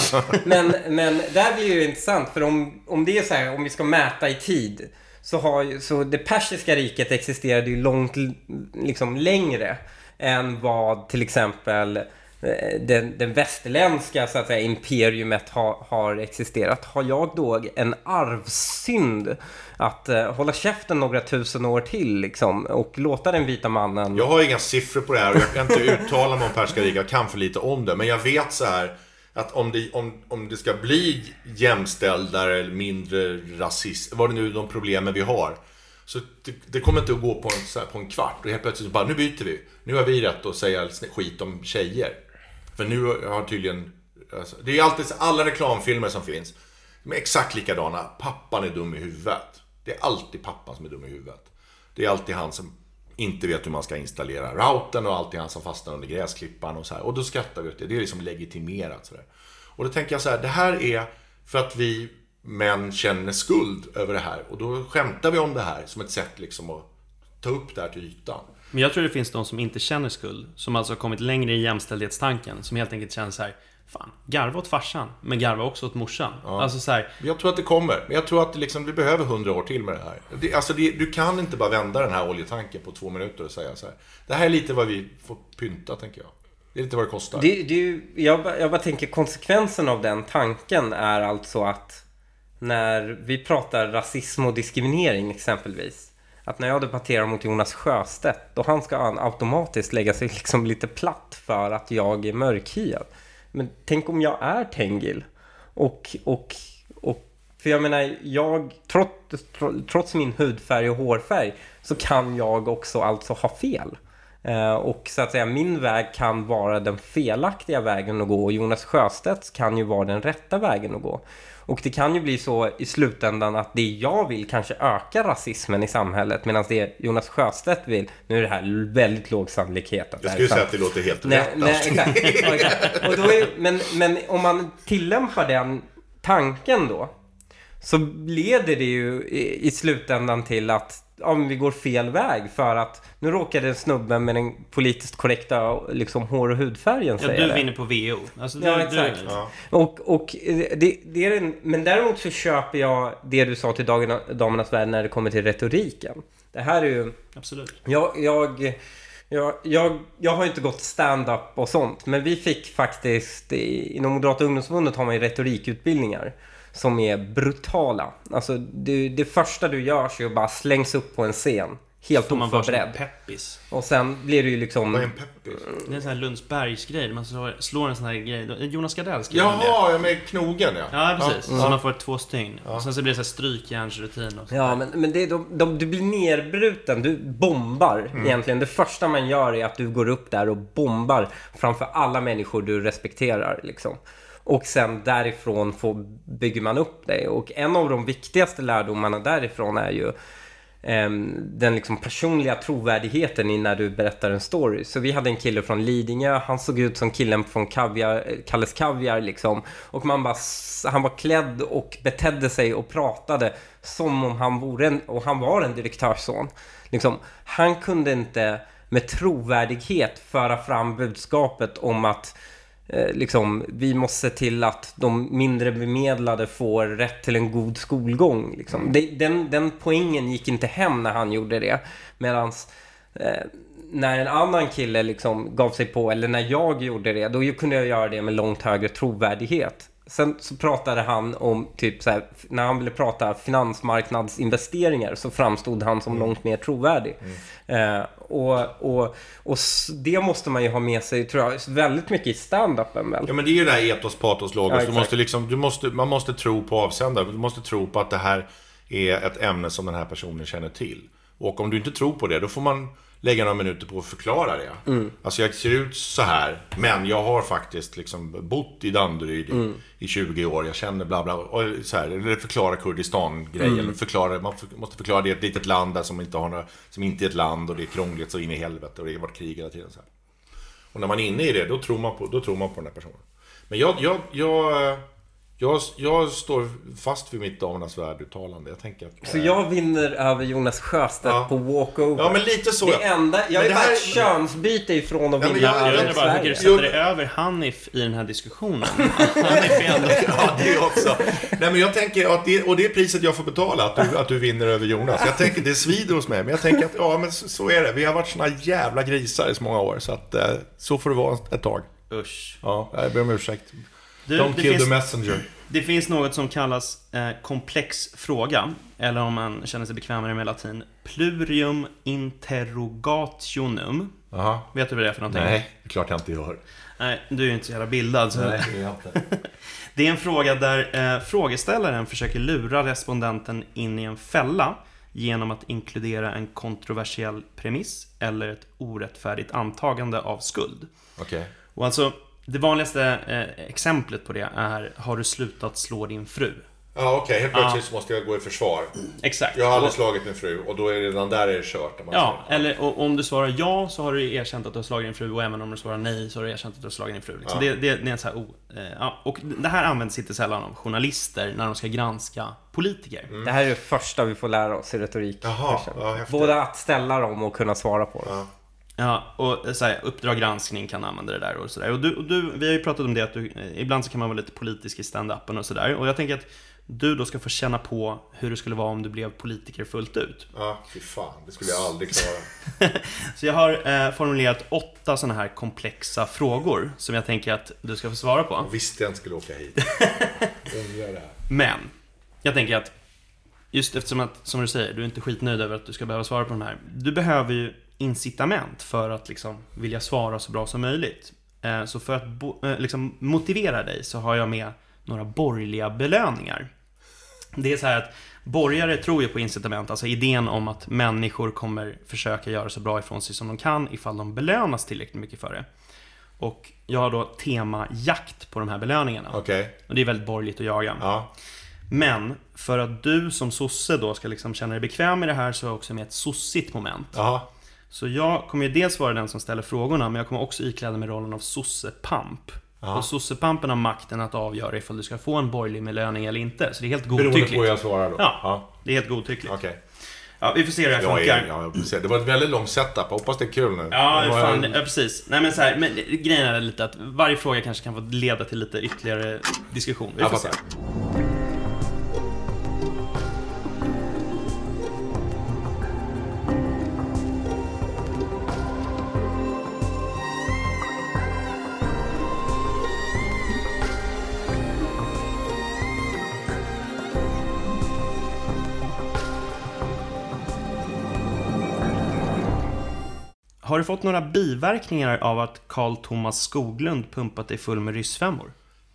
men där blir ju intressant, för om det är så här, om vi ska mäta i tid, så det persiska riket existerade ju långt liksom längre än vad till exempel den västerländska så att säga imperiumet har existerat. Har jag då en arvsynd att hålla käften några tusen år till liksom, och låta den vita mannen... Jag har inga siffror på det här och jag kan inte uttala mig om persiska riket. Jag kan för lite om det, men jag vet så här att om det ska bli jämställda eller mindre rasism, vad det nu är de problemen vi har, så det kommer inte att gå på en kvart och helt plötsligt bara, nu byter vi. Nu har vi rätt att säga skit om tjejer. För nu har tydligen... Alltså, det är alltid alla reklamfilmer som finns. De är exakt likadana. Pappan är dum i huvudet. Det är alltid pappan som är dum i huvudet. Det är alltid han som inte vet hur man ska installera routern och alltid han som fastnar under gräsklippan och så här. Och då skrattar vi åt det. Det är liksom legitimerat så där. Och då tänker jag så här, det här är för att vi män känner skuld över det här. Och då skämtar vi om det här som ett sätt liksom att ta upp det här till ytan. Men jag tror det finns de som inte känner skuld, som alltså har kommit längre i jämställdhetstanken, som helt enkelt känner så här: fan, garva åt farsan, men garva också åt morsan. Ja. Alltså så här, jag tror att det kommer. Men jag tror att liksom, vi behöver 100 år till med det här. Du kan inte bara vända den här oljetanken på 2 minuter och säga så här. Det här är lite vad vi får pynta, tänker jag. Det är lite vad det kostar. Jag bara tänker, konsekvensen av den tanken är alltså att när vi pratar rasism och diskriminering exempelvis, att när jag debatterar mot Jonas Sjöstedt, då han ska automatiskt lägga sig liksom lite platt för att jag är mörkhyad. Men tänk om jag är Tengil. Och för jag menar, trots min hudfärg och hårfärg, så kan jag också alltså ha fel. Och så att säga, min väg kan vara den felaktiga vägen att gå, och Jonas Sjöstedt kan ju vara den rätta vägen att gå. Och det kan ju bli så i slutändan att det jag vill kanske öka rasismen i samhlet, medan det Jonas Sjöstedt vill, nu är det här väldigt låg sannolikhet. Jag skulle säga att det låter helt rätt. Exakt. Och då men om man tillämpar den tanken då, så leder det ju i slutändan till att vi går fel väg, för att nu råkade snubben med den politiskt korrekta liksom hår- och hudfärgen säga det. Du vinner på VO. Alltså, exakt. Ja. Och det är men däremot så köper jag det du sa till Damernas Värld när det kommer till retoriken. Det här är ju... Absolut. Jag har inte gått stand-up och sånt, men vi fick faktiskt inom Moderata ungdomsförbundet har man ju retorikutbildningar som är brutala. Alltså det första du gör är att bara slängs upp på en scen helt oförberedd. Peppis. Och sen blir det ju liksom... Vad är en peppis? Det är en sån här Lundsbergsgrej. Man slår en sån här grej. Jonas Gardell skriver Jaha, med knogen, ja. Ja, precis. Så man får 2 stygn. Och sen så blir det så här strykjärnsrutin. Och ja, men det är du blir nerbruten. Du bombar egentligen. Det första man gör är att du går upp där och bombar framför alla människor du respekterar liksom. Och sen därifrån bygger man upp dig. Och en av de viktigaste lärdomarna därifrån är ju den liksom personliga trovärdigheten i när du berättar en story. Så vi hade en kille från Lidingö, han såg ut som killen från Kalles Kaviar liksom. Och han var klädd och betedde sig och pratade som om han var en direktörsson liksom. Han kunde inte med trovärdighet föra fram budskapet om att liksom, vi måste se till att de mindre bemedlade får rätt till en god skolgång liksom. Den poängen gick inte hem när han gjorde det, medans när en annan kille liksom gav sig på, eller när jag gjorde det, då kunde jag göra det med långt högre trovärdighet. Sen så pratade han om typ så här, när han ville prata finansmarknadsinvesteringar så framstod han som långt mer trovärdig. Och det måste man ju ha med sig, tror jag, väldigt mycket i stand-upen väl. Ja, men det är ju det här etos, patos, logos. Man måste tro på avsändare. Du måste tro på att det här är ett ämne som den här personen känner till. Och om du inte tror på det, då får man lägga några minuter på att förklara det. Alltså jag ser ut så här, men jag har faktiskt liksom bott i Danderyd i 20 år. Jag känner bla bla och så här, eller förklara Kurdistan-grejen. Man måste förklara det i ett litet land där som inte är ett land, och det är krångligt så in i helvete och det har varit krig hela tiden så här. Och när man är inne i det, då tror man på den här personen. Men jag står fast vid mitt Damernas Värld-uttalande. Jag tänker att, så jag vinner över Jonas Sjöstedt på walkover. Ja, men lite så. Det enda, jag är bara ett könsbyte ifrån att vinna över Sverige. Jag undrar bara, hur du sätter dig över Hanif i den här diskussionen. Hanif är ändå... Ja, det också. Nej, men jag tänker att det är priset jag får betala, att du vinner över Jonas. Jag tänker, det svider hos mig. Men jag tänker att, ja, men så är det. Vi har varit såna jävla grisar i så många år. Så att så får det vara ett tag. Usch. Ja, jag ber om ursäkt. Don't kill the messenger. Det finns något som kallas komplex fråga, eller om man känner sig bekvämare med latin, plurium interrogationum. Aha. Vet du vad det är för någonting? Nej, det är klart jag inte gör. Nej, du är ju inte så jävla bildad. Så. Nej, det är jag inte. Det är en fråga där frågeställaren försöker lura respondenten in i en fälla genom att inkludera en kontroversiell premiss eller ett orättfärdigt antagande av skuld. Okej. Och alltså, det vanligaste exemplet på det är: har du slutat slå din fru? Ja, okej. Helt plötsligt så måste jag gå i försvar. Exakt. Jag har aldrig slagit min fru, och då är det redan där är det kört. Eller om du svarar ja, så har du erkänt att du har slagit din fru, och även om du svarar nej så har du erkänt att du har slagit din fru. Liksom. Det är en så här, och det här används inte sällan av journalister när de ska granska politiker. Det här är det första vi får lära oss i retorik. Jaha, både att ställa dem och kunna svara på dem. Ja, och så här, Uppdrag granskning kan använda det där och sådär. Och du, vi har ju pratat om det, att ibland så kan man vara lite politisk i stand-upen och sådär. Och jag tänker att du då ska få känna på hur det skulle vara om du blev politiker fullt ut. Ja, fy fan, det skulle jag aldrig klara. Så jag har formulerat 8 sådana här komplexa frågor som jag tänker att du ska få svara på. Jag visste jag inte skulle åka hit. Men jag tänker att just eftersom att, som du säger, du är inte skitnöjd över att du ska behöva svara på de här. Du behöver ju incitament för att liksom vilja svara så bra som möjligt. Så för att liksom motivera dig så har jag med några borgerliga belöningar. Det är så här att borgare tror ju på incitament, alltså idén om att människor kommer försöka göra så bra ifrån sig som de kan ifall de belönas tillräckligt mycket för det. Och jag har då tema jakt på de här belöningarna. Okay. Och det är väldigt borgerligt att jaga. Ja. Men för att du som sosse då ska liksom känna dig bekväm med det här, så är jag också med ett sossigt moment. Aha. Så jag kommer ju dels vara den som ställer frågorna, men jag kommer också ikläda mig rollen av sossepamp. Och sossepampen har makten att avgöra ifall du ska få en borgerlig belöning eller inte. Så det är helt godtyckligt. Beroende på hur jag svarar då? Ja, det är helt godtyckligt. Okay. Ja, vi får se hur det här funkar. Det var ett väldigt långt setup. Hoppas det är kul nu. Ja, precis. Nej, men så här, men grejen är lite att varje fråga kanske kan få leda till lite ytterligare diskussion. Vi får se. Har du fått några biverkningar av att Carl Thomas Skoglund pumpat dig full med ryssfemmor?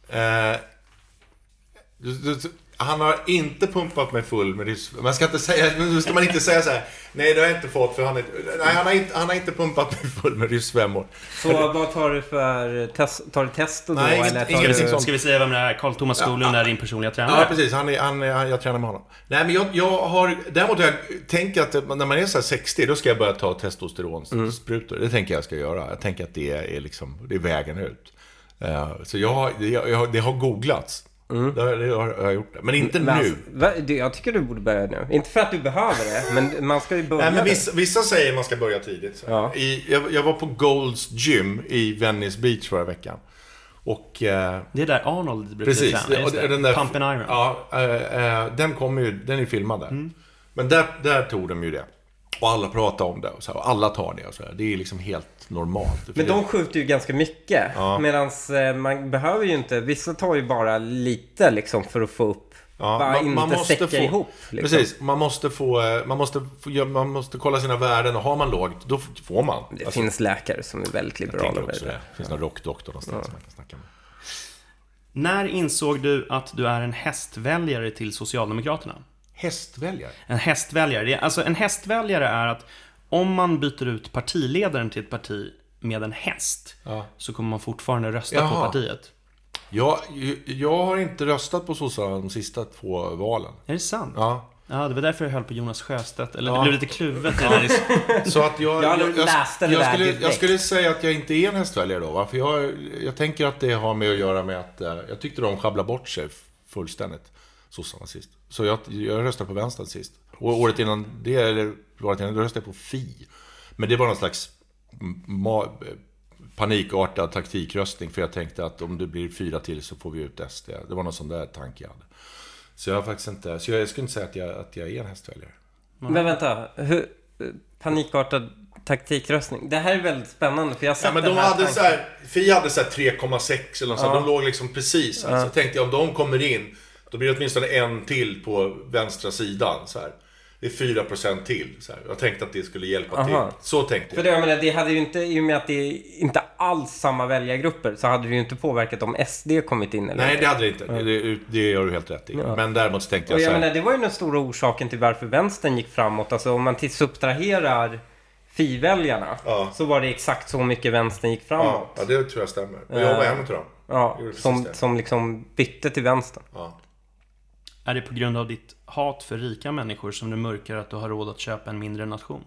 Han har inte pumpat mig full med ryssfemmor. Man ska inte säga, nu ska man inte säga så här. Nej, det har jag inte fått, för han har inte pumpat mig full med ryssfemmor. Så vad tar du för test? Tar du test då? Nej, eller ska vi säga vem det är? Carl Thomas Skoglund är din personliga tränare? Ja, precis. Jag tränar med honom. Nej, men däremot jag tänker att när man är så här 60, då ska jag börja ta testosteronsprutor. Det tänker jag ska göra. Jag tänker att det är vägen ut. Så det har googlats. Det har jag gjort det. Men inte nu. Jag tycker du borde börja nu. Inte för att du behöver det, men man ska ju börja. Nej, men vissa säger man ska börja tidigt. Ja. Jag var på Golds Gym i Venice Beach förra veckan. Och, det är där Arnold brukar träna. Precis. Den där, Pump and Iron. Ja, den är filmad där. Men där tog de ju det. Och alla pratar om det. Och alla tar det. Och så här. Det är liksom helt normalt. Men de skjuter ju ganska mycket. Ja. Medan man behöver ju inte. Vissa tar ju bara lite liksom för att få upp. Ja, man måste säcka ihop. Liksom. Precis. Man måste kolla sina värden. Och har man lågt, då får man. Det finns läkare som är väldigt liberala med det. Det finns någon rockdoktor någonstans man kan snacka med. När insåg du att du är en hästväljare till Socialdemokraterna? Hästväljare? En hästväljare. Alltså en hästväljare är att om man byter ut partiledaren till ett parti med en häst, så kommer man fortfarande rösta på partiet. Jag har inte röstat på sossarna de sista 2 valen. Är det sant? Ja. Ja, det var därför jag höll på Jonas Sjöstedt. Eller det blev lite kluvet. Så att jag skulle säga att jag inte är en hästväljare då. Va? För jag tänker att det har med att göra med att jag tyckte de sjabblar bort sig fullständigt, sossarna sist. Så jag röstade på vänstern sist. Och året innan då röstade jag på Fi. Men det var någon slags panikartad taktikröstning, för jag tänkte att om det blir 4 till så får vi ut SD. Det var någon sån där tanke jag hade. Så jag faktiskt inte, så jag skulle inte säga att jag är en hästväljare. Men vänta, panikartad taktikröstning. Det här är väldigt spännande, för jag men de hade så här, Fi hade så här 3,6 eller något så. De låg liksom precis. Så tänkte jag, om de kommer in, då blir det åtminstone en till på vänstra sidan så här. Det är 4% till så här. Jag tänkte att det skulle hjälpa till. Så tänkte jag. För jag menar, det hade ju inte, i och med att det är inte alls samma väljargrupper, så hade det ju inte påverkat om SD kommit in eller. Nej, det hade det inte. Det gör du helt rätt i. Men däremot tänkte jag så här. Menar, det var ju den stora orsaken till varför vänstern gick framåt. Alltså om man subtraherar Fi-väljarna, så var det exakt så mycket vänstern gick framåt. Ja, det tror jag stämmer. Och jag var en av dem. Ja, som liksom bytte till vänstern. Ja. Är det på grund av ditt hat för rika människor som du mörkar att du har råd att köpa en mindre nation?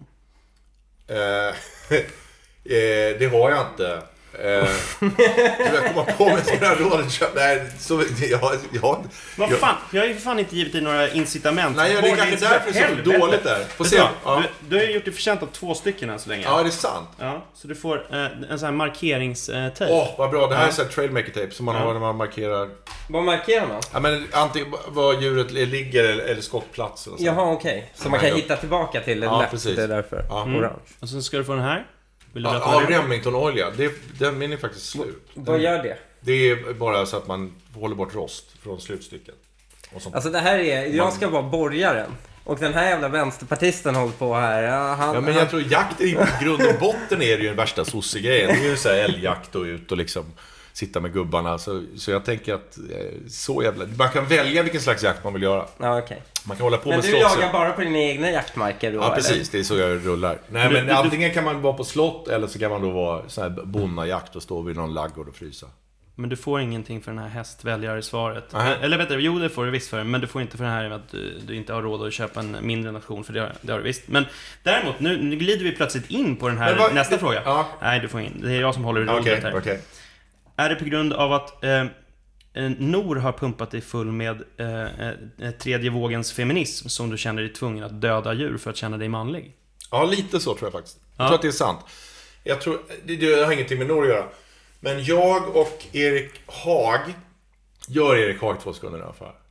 Det har jag inte. Jag kommer på mig sådana råd att köpa. Nej, så vad fan? Jag har ju fan inte givit dig några incitament. Nej, det är kanske därför det är så dåligt där. Får se. Du har ju gjort det förtjänt av 2 stycken än så länge. Ja, det är sant. Ja, så du får en sån här markeringstape. Vad bra. Det här är så här trailmaker-tape som man har när man markerar. Vad markerar man? Ja, men antingen var djuret ligger eller skottplats. Eller så. Jaha, okej. Så man kan hitta tillbaka till det lätt. Precis. Det är därför. Orange. Och så ska du få den här. Remington-olja. Den är faktiskt slut. Vad gör det? Det är bara så att man håller bort rost från slutstycket. Alltså det här är... Jag ska vara borgaren. Och den här jävla vänsterpartisten håller på här. Men jag tror jakt i grund och botten är det ju den värsta sossegrejen. Det är ju så här älgjakt och ut och liksom sitta med gubbarna. Så jag tänker att så jävla... Man kan välja vilken slags jakt man vill göra. Ja, okej. Man kan hålla på men med du jagar bara på dina egna jaktmarker då? Ja, precis. Eller? Det är så jag rullar. Nej, men antingen kan man vara på slott eller så kan man då vara så här bonnajakt och stå vid någon laggård och frysa. Men du får ingenting för den här hästväljare-svaret. Eller vet du, jo det får du visst för. Men du får inte för den här att du inte har råd att köpa en mindre nation. För det har du visst. Men däremot, nu glider vi plötsligt in på den här nästa fråga. Ja. Nej, du får ingen. Det är jag som håller i rodret här. Okay. Är det på grund av att Nor har pumpat dig full med tredje vågens feminism som du känner dig tvungen att döda djur för att känna dig manlig? Ja, lite så tror jag faktiskt. Jag tror att det är sant. Jag tror, det har ingenting med Nor att göra. Men jag och Erik Haag gör Erik Haag 2 sekunder i alla fall.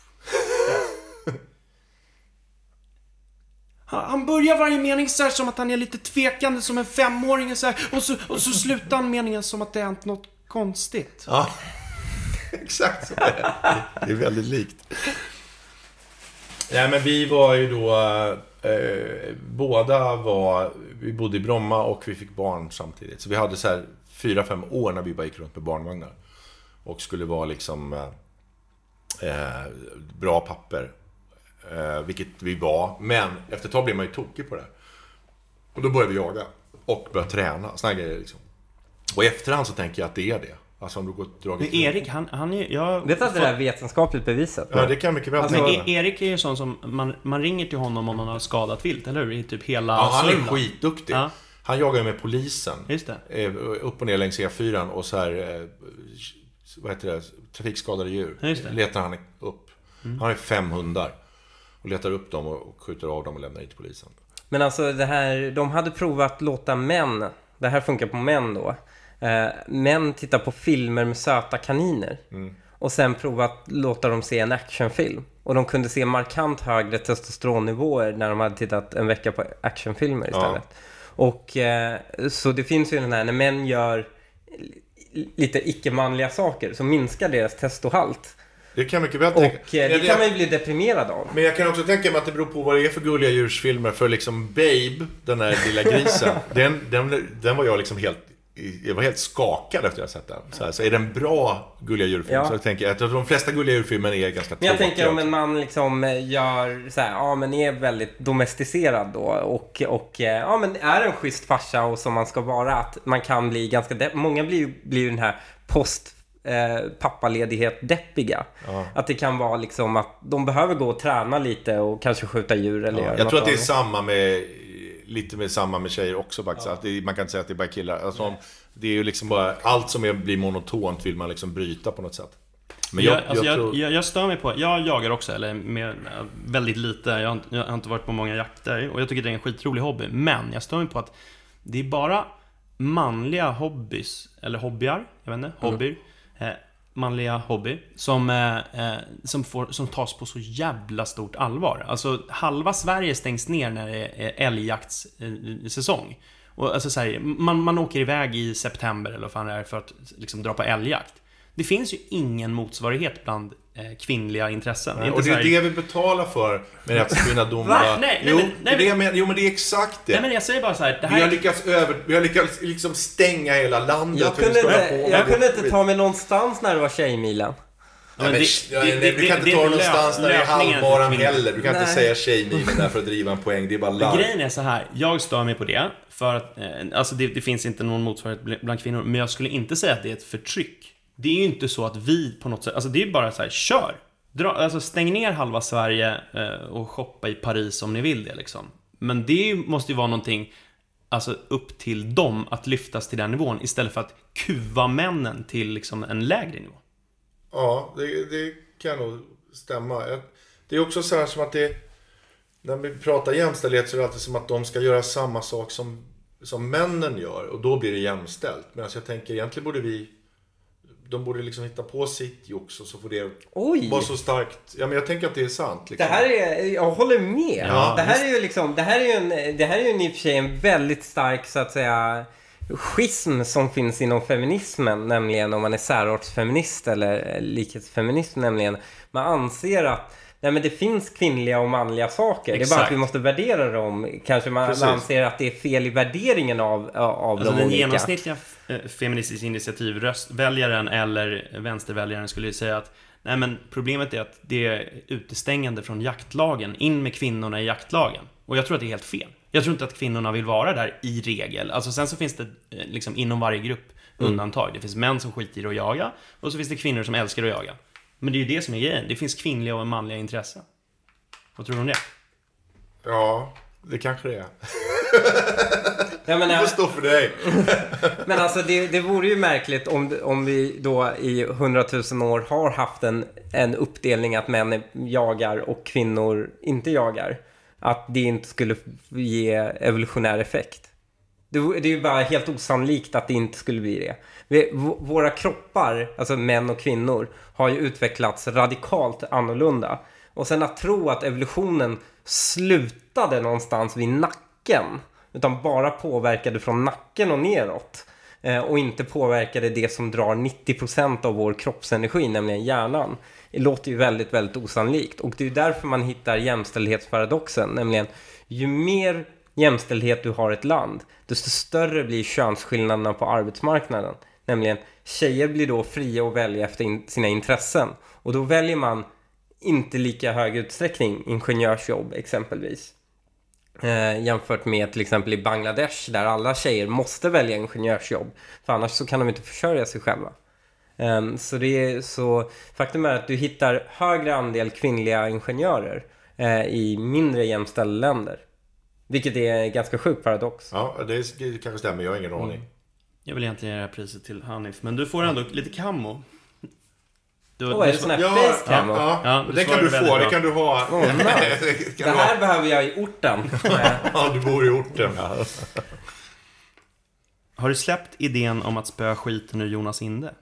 Han börjar varje mening så här som att han är lite tvekande som en 5-åring så här, och så slutar han meningen som att det är hänt något konstigt. Ja, exakt så det är. Det är väldigt likt. Nej, men vi var ju då... vi bodde i Bromma och vi fick barn samtidigt. Så vi hade så här 4-5 år när vi bara gick runt med barnvagnar. Och skulle vara liksom bra papper. Vilket vi var. Men efter ett tag blev man ju tokig på det. Och då började vi jaga. Och började träna. Såna grejer liksom. Och i efterhand så tänker jag att det är det. Alltså om du går dragit... Men Erik, han är... Jag vet att det är vetenskapligt bevisat. Ja, det kan mycket väl. Alltså, men Erik är ju sån som... Man ringer till honom om man har skadat vilt, eller hur? I typ hela... Ja, han är skitduktig. Ja. Han jagar ju med polisen. Just det. Upp och ner längs E4 och så här... Vad heter det? Trafikskadade djur. Just det. Letar han upp. Han har 5 hundar. Och letar upp dem och skjuter av dem och lämnar hit till polisen. Men alltså det här... De hade provat låta män... Det här funkar på män då. Män tittar på filmer med söta kaniner. Och sen provat låta dem se en actionfilm. Och de kunde se markant högre testosteronnivåer när de hade tittat en vecka på actionfilmer istället. Ja. Och så det finns ju den här, när män gör lite icke-manliga saker så minskar deras testohalt. Det kan mycket väl tänka. Och det kan man ju bli deprimerad av. Men jag kan också tänka mig att det beror på vad det är för gulliga djursfilmer. För liksom Babe, den där lilla grisen, den var jag liksom jag var helt skakad efter att jag sett den. Så är det en bra gulliga djurfilm, så jag tänker att de flesta gulliga djurfilmer är ganska tråkiga. Jag tänker om en man liksom gör så här, men är väldigt domesticerad då och men är en schysst farsa och som man ska vara, att man kan bli ganska många blir den här pappaledighet deppiga. Ja. Att det kan vara liksom att de behöver gå och träna lite och kanske skjuta djur eller göra. Jag tror att det är samma med tjejer också faktiskt. Att man kan inte säga att det är bara killar. Alltså, det är ju liksom bara allt som blir monotont vill man liksom bryta på något sätt. Men jag stör mig på. Jag jagar också, eller med väldigt lite. Jag har inte varit på många jakter och jag tycker det är en skitrolig hobby. Men jag stör mig på att det är bara manliga hobbys eller hobbyar, jag vet inte, hobbyer. Manliga hobby som tas på så jävla stort allvar. Alltså halva Sverige stängs ner när det är älgjaktssäsong. Och alltså så här, man åker iväg i september eller vad fan det är för att liksom dra på älgjakt. Det finns ju ingen motsvarighet bland kvinnliga intressen. Nej, och det är det vi betalar för med rättskvinnadomar. Jo, men det är exakt det. Nej, men jag säger bara så här, det här vi har lyckats liksom stänga hela landet. Jag kunde inte ta mig någonstans när det var Tjejmilen. Du kan inte ta någonstans när det är halvmaran heller. Du kan inte säga Tjejmilen där för att driva en poäng. Det är bara larv. Grejen är så här, jag stör mig på det. För att alltså det finns inte någon motsvarighet bland kvinnor. Men jag skulle inte säga att det är ett förtryck. Det är ju inte så att vi på något sätt... Alltså det är bara så här, kör! Alltså stäng ner halva Sverige och shoppa i Paris om ni vill det liksom. Men det måste ju vara någonting alltså upp till dem att lyftas till den nivån istället för att kuva männen till liksom en lägre nivå. Ja, det kan nog stämma. Det är också så här som att när vi pratar jämställdhet så är det alltid som att de ska göra samma sak som männen gör. Och då blir det jämställt. Men alltså jag tänker, egentligen de borde liksom hitta på sitt jox och så får det vara så starkt. Ja, men jag tänker att det är sant. Liksom. Det här jag håller med. Ja, det här är ju liksom, det här är ju i och för sig en väldigt stark så att säga schism som finns inom feminismen, nämligen om man är särartsfeminist eller likhetsfeminist, nämligen man anser att nej, men det finns kvinnliga och manliga saker. Exakt. Det är bara att vi måste värdera dem. Kanske man anser att det är fel i värderingen av alltså de den olika. Genomsnittliga feministiskt initiativväljaren eller vänsterväljaren skulle ju säga att nej, men problemet är att det är utestängande från jaktlagen. In med kvinnorna i jaktlagen. Och jag tror att det är helt fel. Jag tror inte att kvinnorna vill vara där i regel. Alltså sen så finns det liksom inom varje grupp undantag. Det finns män som skiter i att jaga och så finns det kvinnor som älskar att jaga. Men det är ju det som är grejen. Det finns kvinnliga och manliga intressen. Vad tror du om det? Ja, det kanske det är. Jag menar, det får stå för dig. Men alltså det vore ju märkligt om vi då i 100 000 år har haft en uppdelning att män jagar och kvinnor inte jagar. Att det inte skulle ge evolutionär effekt. Det är ju bara helt osannolikt att det inte skulle bli det. Våra kroppar, alltså män och kvinnor, har ju utvecklats radikalt annorlunda. Och sen att tro att evolutionen slutade någonstans vid nacken, utan bara påverkade från nacken och neråt. Och inte påverkade det som drar 90% av vår kroppsenergi, nämligen hjärnan. Det låter ju väldigt, väldigt osannolikt. Och det är därför man hittar jämställdhetsparadoxen. Nämligen, ju mer jämställdhet du har i ett land, desto större blir könsskillnaderna på arbetsmarknaden. Nämligen, tjejer blir då fria att välja efter sina intressen. Och då väljer man inte lika hög utsträckning ingenjörsjobb exempelvis. Jämfört med till exempel i Bangladesh, där alla tjejer måste välja ingenjörsjobb. För annars så kan de inte försörja sig själva. Så faktum är att du hittar högre andel kvinnliga ingenjörer i mindre jämställda länder. Vilket är en ganska sjuk paradox. Ja, det kanske stämmer, jag har ingen aning. Jag vill egentligen ge det här priset till Hanif, men du får ändå lite camo. Är det sån här face camo? Ja, det kan du få, det kan du ha. Nice. Det här behöver jag i orten. Ja, du bor i orten. Har du släppt idén om att spöa skiten ur Jonas Inde?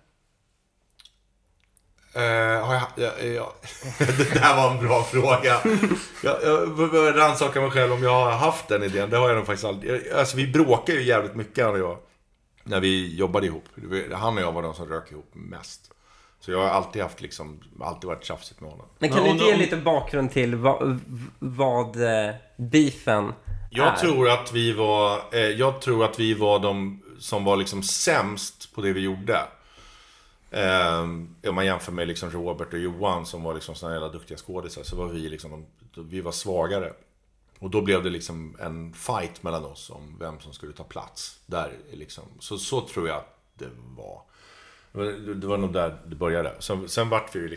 Ja. Det här var en bra fråga. Jag börjar rannsaka mig själv om jag har haft den idén. Det har jag nog faktiskt aldrig. Alltså vi bråkar ju jävligt mycket, han och jag, när vi jobbade ihop. Han och jag var de som rök ihop mest. Så jag har alltid haft alltid varit tjafsigt med honom. Men kan du ge lite bakgrund till vad beefen jag tror att vi var de som var sämst på det vi gjorde. Om man jämför med Robert och Johan som var såna jävla duktiga skådisar, så var vi var svagare. Och då blev det en fight mellan oss om vem som skulle ta plats där så tror jag att det var. Det var nog där det började. Sen vart vi ju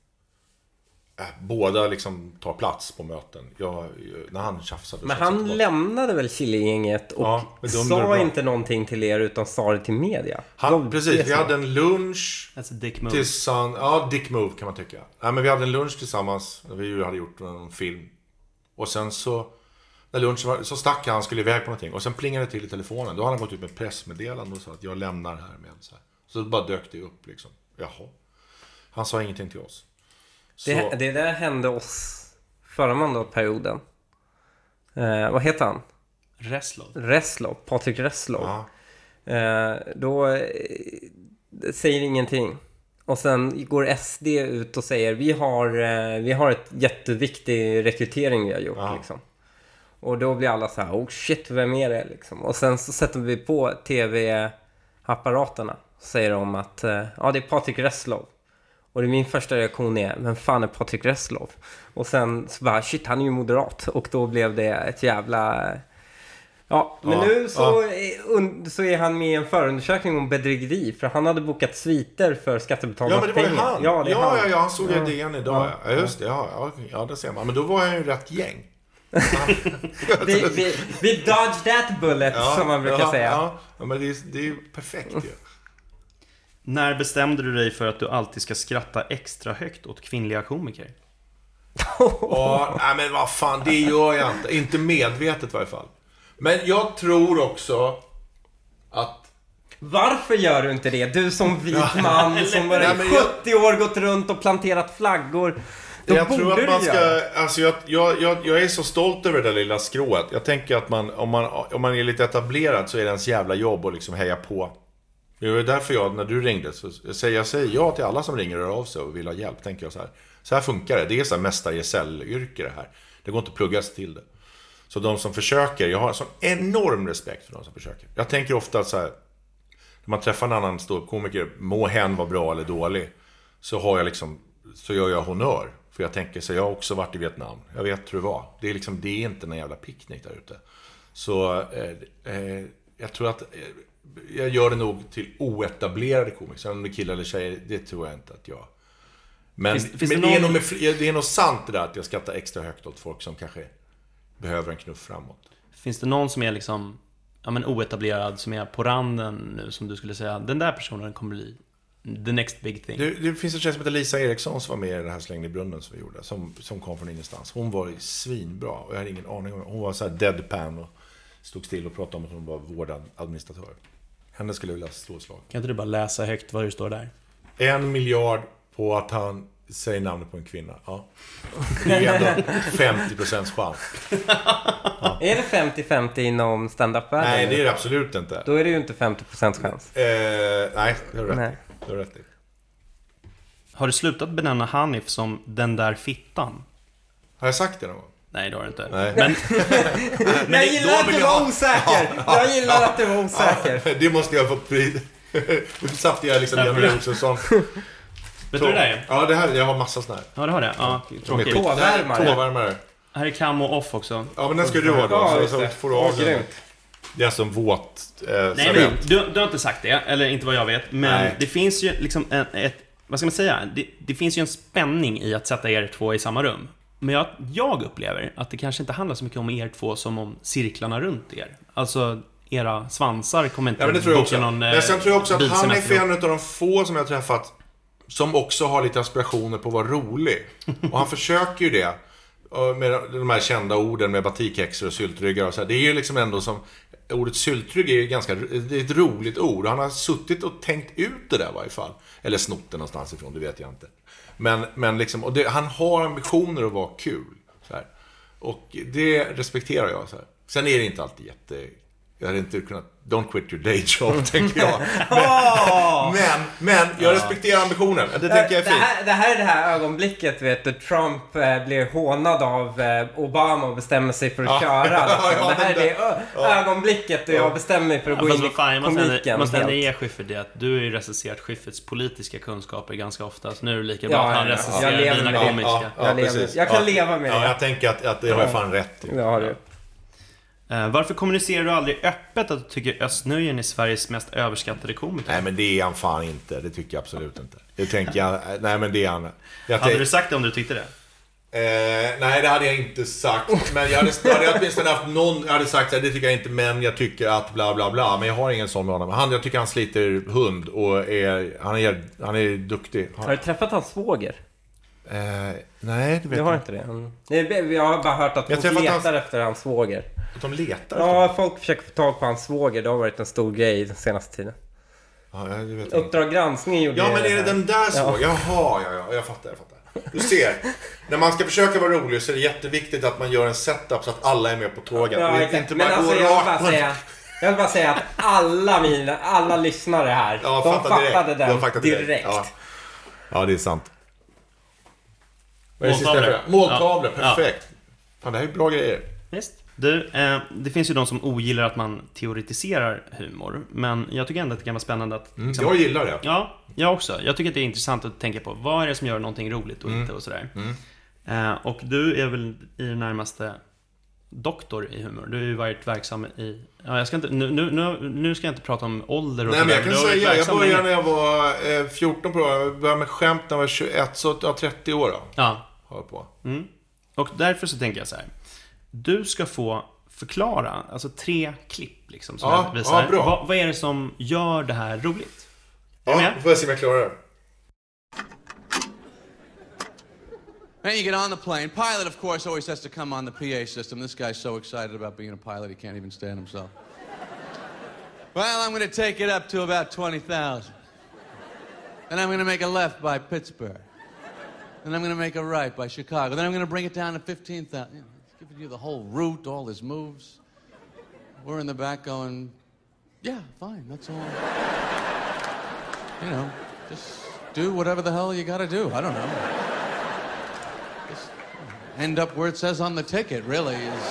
båda tar plats på möten. När han tjafsade. Men han lämnade väl Chili-gänget och sa inte någonting till er utan sa det till media. Precis, vi hade en lunch tillsammans. Ja, dick move kan man tycka. Ja, men vi hade en lunch tillsammans när vi hade gjort en film. Och sen så när lunchen var, så stack han, skulle iväg på någonting. Och sen plingade det till i telefonen. Då hade han gått ut med pressmeddelande och sa att jag lämnar här med så här. Så bara dök det upp Jaha. Han sa ingenting till oss. Det där hände oss förra mandatperioden. Vad heter han? Reslov. Patrik Reslov. Då säger ingenting. Och sen går SD ut och säger vi har ett jätteviktig rekrytering vi har gjort Och då blir alla så här, oh shit, vem är det Och sen så sätter vi på tv-apparaterna. Säger de att det är Patrik Reslov. Och det är min första reaktion är, men fan är Patrik Reslov? Och sen så bara, shit, han är ju moderat. Och då blev det ett jävla... Ja, men nu så är han med i en förundersökning om bedrägeri. För han hade bokat sviter för skattebetalarnas pengar. Ja, men det var ju han. Ja, han såg jag DN idag. Ja, just det. Ja, det ser man. Men då var han ju rätt gäng. vi dodged that bullet, som man brukar säga. Ja, men det är ju perfekt ju. När bestämde du dig för att du alltid ska skratta extra högt åt kvinnliga komiker? Nej men vad fan, det gör jag inte. Inte medvetet i varje fall. Men jag tror också att... Varför gör du inte det? Du som vit man som var 70 år gått runt och planterat flaggor. Jag tror att man ska... Alltså jag är så stolt över det där lilla skrået. Jag tänker att om man är lite etablerad så är det ens jävla jobb att heja på. Det är därför när du ringde så jag säger ja till alla som ringer och rör av sig och vill ha hjälp, tänker jag så här funkar det. Det är så här mästargesällyrke det här. Det går inte att plugga sig till det. Så de som försöker, jag har en sån enorm respekt för de som försöker. Jag tänker ofta att när man träffar en annan ståuppkomiker, må hen vara bra eller dålig, så har jag så gör jag honör. För jag tänker så jag har också varit i Vietnam. Jag vet hur det var. Det är det är inte en jävla picknick där ute. Så jag tror att jag gör det nog till oetablerade komiker. Sen om det är killar eller tjejer, det tror jag inte att jag... Men det är nog sant det där att jag skrattar extra högt åt folk som kanske behöver en knuff framåt. Finns det någon som är oetablerad, som är på randen nu, som du skulle säga, den där personen kommer bli the next big thing? Det finns en tjej som heter Lisa Eriksson som var med i det här Släng i brunnen som vi gjorde, som kom från ingenstans. Hon var svinbra och jag hade ingen aning om. Hon var så här deadpan och stod still och pratade om att hon var vårdadministratör. Henne skulle jag vilja slå slag. Kan inte du bara läsa högt vad det står där? 1 miljard på att han säger namnet på en kvinna. Ja. Det är ändå 50% chans. Ja. Är det 50-50 inom stand-up-världen? Nej, det är det absolut inte. Då är det ju inte 50% chans. Nej, det har du rätt i. Har du slutat benämna Hanif som den där fittan? Har jag sagt det någon gång? Nej, det har du inte. Nej. Men jag gillar att du var osäker. Jag gillar att du var osäker. Ja, det måste jag få prid. Du satt jag liksom Janne Josefsson. Vet du det där? Ja, det här, jag har massa sån här. Ja, det har det. Ja, tråkigt. Tåvärmare. Här är camo off också. Ja, men den ska du ha då. Ja, så får du av den. Det är som våt nej, men du har inte sagt det, eller inte vad jag vet. Men det finns ju liksom vad ska man säga? Det finns ju en spänning i att sätta er två i samma rum. Men jag upplever att det kanske inte handlar så mycket om er två som om cirklarna runt er. Alltså, era svansar kommer inte... Ja, men det tror jag också. Men sen tror jag också att han är en av de få som jag har träffat som också har lite aspirationer på att vara rolig. Och han försöker ju det. Med de här kända orden med batikhäxor och syltryggar och så här. Det är ju liksom ändå som... Ordet syltrygg är ju det är ett roligt ord. Han har suttit och tänkt ut det där i varje fall. Eller snott det någonstans ifrån, det vet jag inte. Men liksom, och han har ambitioner att vara kul. Så här. Och det respekterar jag. Så här. Sen är det inte alltid jag hade inte kunnat... Don't quit your day job, tänker jag. Men jag respekterar ambitionen. Det tänker jag är fint. Det här är det här ögonblicket, vet du. Trump blir hånad av Obama och bestämmer sig för att köra. Liksom. Det här är det ögonblicket då jag bestämmer mig för att gå in i komiken. Jag måste ändå ge Schyffert det att du har ju recenserat Schyfferts politiska kunskaper ganska ofta. Så nu är det lika bra att han recenserar dina komiska. Jag kan leva med det. Ja, jag tänker att det har jag fan rätt i. Det har du. Varför kommunicerar du aldrig öppet att du tycker Östnöjen är Sveriges mest överskattade komiker? Nej, men det är han fan inte. Det tycker jag absolut inte. Det tänker jag... Nej, men det är han. Hade du sagt det om du tyckte det? Nej, det hade jag inte sagt. Men jag hade åtminstone haft någon... Jag hade sagt att det tycker jag inte, men jag tycker att bla bla bla. Men jag har ingen sån med honom. Jag tycker han sliter hund och han är duktig. Har du träffat hans svåger? Nej, det vet jag. Har inte det. Jag har bara hört att folk letar efter hans svåger. De letar? Ja, folk försöker få tag på hans svåger. Det har varit en stor grej den senaste tiden. Ja, det vet Uppdrag granskning gjorde. Ja, men är det den där svåger? Ja. Jaha, jag fattar. Du ser, när man ska försöka vara rolig så är det jätteviktigt att man gör en setup så att alla är med på tåget. Ja, inte men alltså, jag vill bara säga att alla lyssnare här, de fattade den direkt. Ja, det är sant. Måltavlor. Måltavlor, perfekt. Fan, det här är bra grejer. Visst. Det finns ju de som ogillar att man teoretiserar humor. Men jag tycker ändå att det kan vara spännande att... Liksom, jag gillar det. Ja, jag också. Jag tycker att det är intressant att tänka på. Vad är det som gör någonting roligt och inte och sådär. Och du är väl i det närmaste doktor i humor. Du har ju varit verksam i... Ja, jag ska inte, nu ska jag inte prata om ålder och... Nej, men jag kan säga, jag började när jag var 14 på år. Jag började med skämt när jag var 21, så jag 30 år då. Ja. Har jag på. Och därför så tänker jag så här. Du ska få förklara, alltså 3 klipp liksom, som jag visar. Bra. Vad är det som gör det här roligt? Ja, får jag se om jag klarar det. Then you get on the plane. Pilot, of course, always has to come on the PA system. This guy's so excited about being a pilot, he can't even stand himself. Well, I'm going to take it up to about 20,000. Then I'm going to make a left by Pittsburgh. Then I'm going to make a right by Chicago. Then I'm going to bring it down to 15,000. You know, it's giving you the whole route, all his moves. We're in the back going, yeah, fine, that's all. You know, just do whatever the hell you got to do. I don't know. Just end up where it says on the ticket, really, is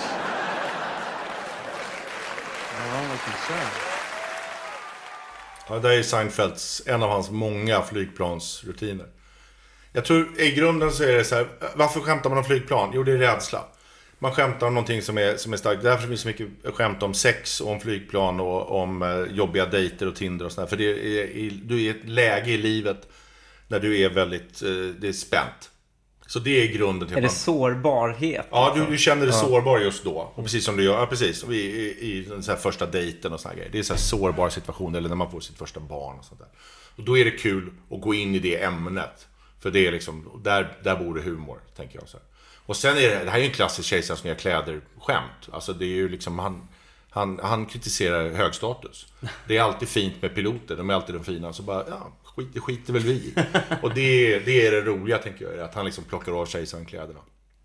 our only concern. Ja, det är Seinfelds, en av hans många flygplansrutiner. Jag tror i grunden så är det så här, varför skämtar man om flygplan? Jo, det är rädsla. Man skämtar om någonting som är starkt. Därför finns det så mycket skämt om sex och om flygplan och om jobbiga dejter och Tinder och sådär. För du är i ett läge i livet när du är väldigt det är spänt. Så det är grunden till det sårbarhet? Ja, du känner dig sårbar just då. Och precis som du gör, ja, precis. I den så här första dejten och sådär grejer. Det är så här sårbar situation, eller när man får sitt första barn och sånt där. Och då är det kul att gå in i det ämnet. För det är liksom, där bor det humor, tänker jag så här. Och sen är det här är ju en klassisk Kejsarens nya kläder-skämt. Alltså det är ju liksom, han kritiserar högstatus. Det är alltid fint med piloter, de är alltid de fina. Så bara, ja, skiter väl vi. Och det är det roliga, tänker jag, att han liksom plockar av Kejsaren kläderna.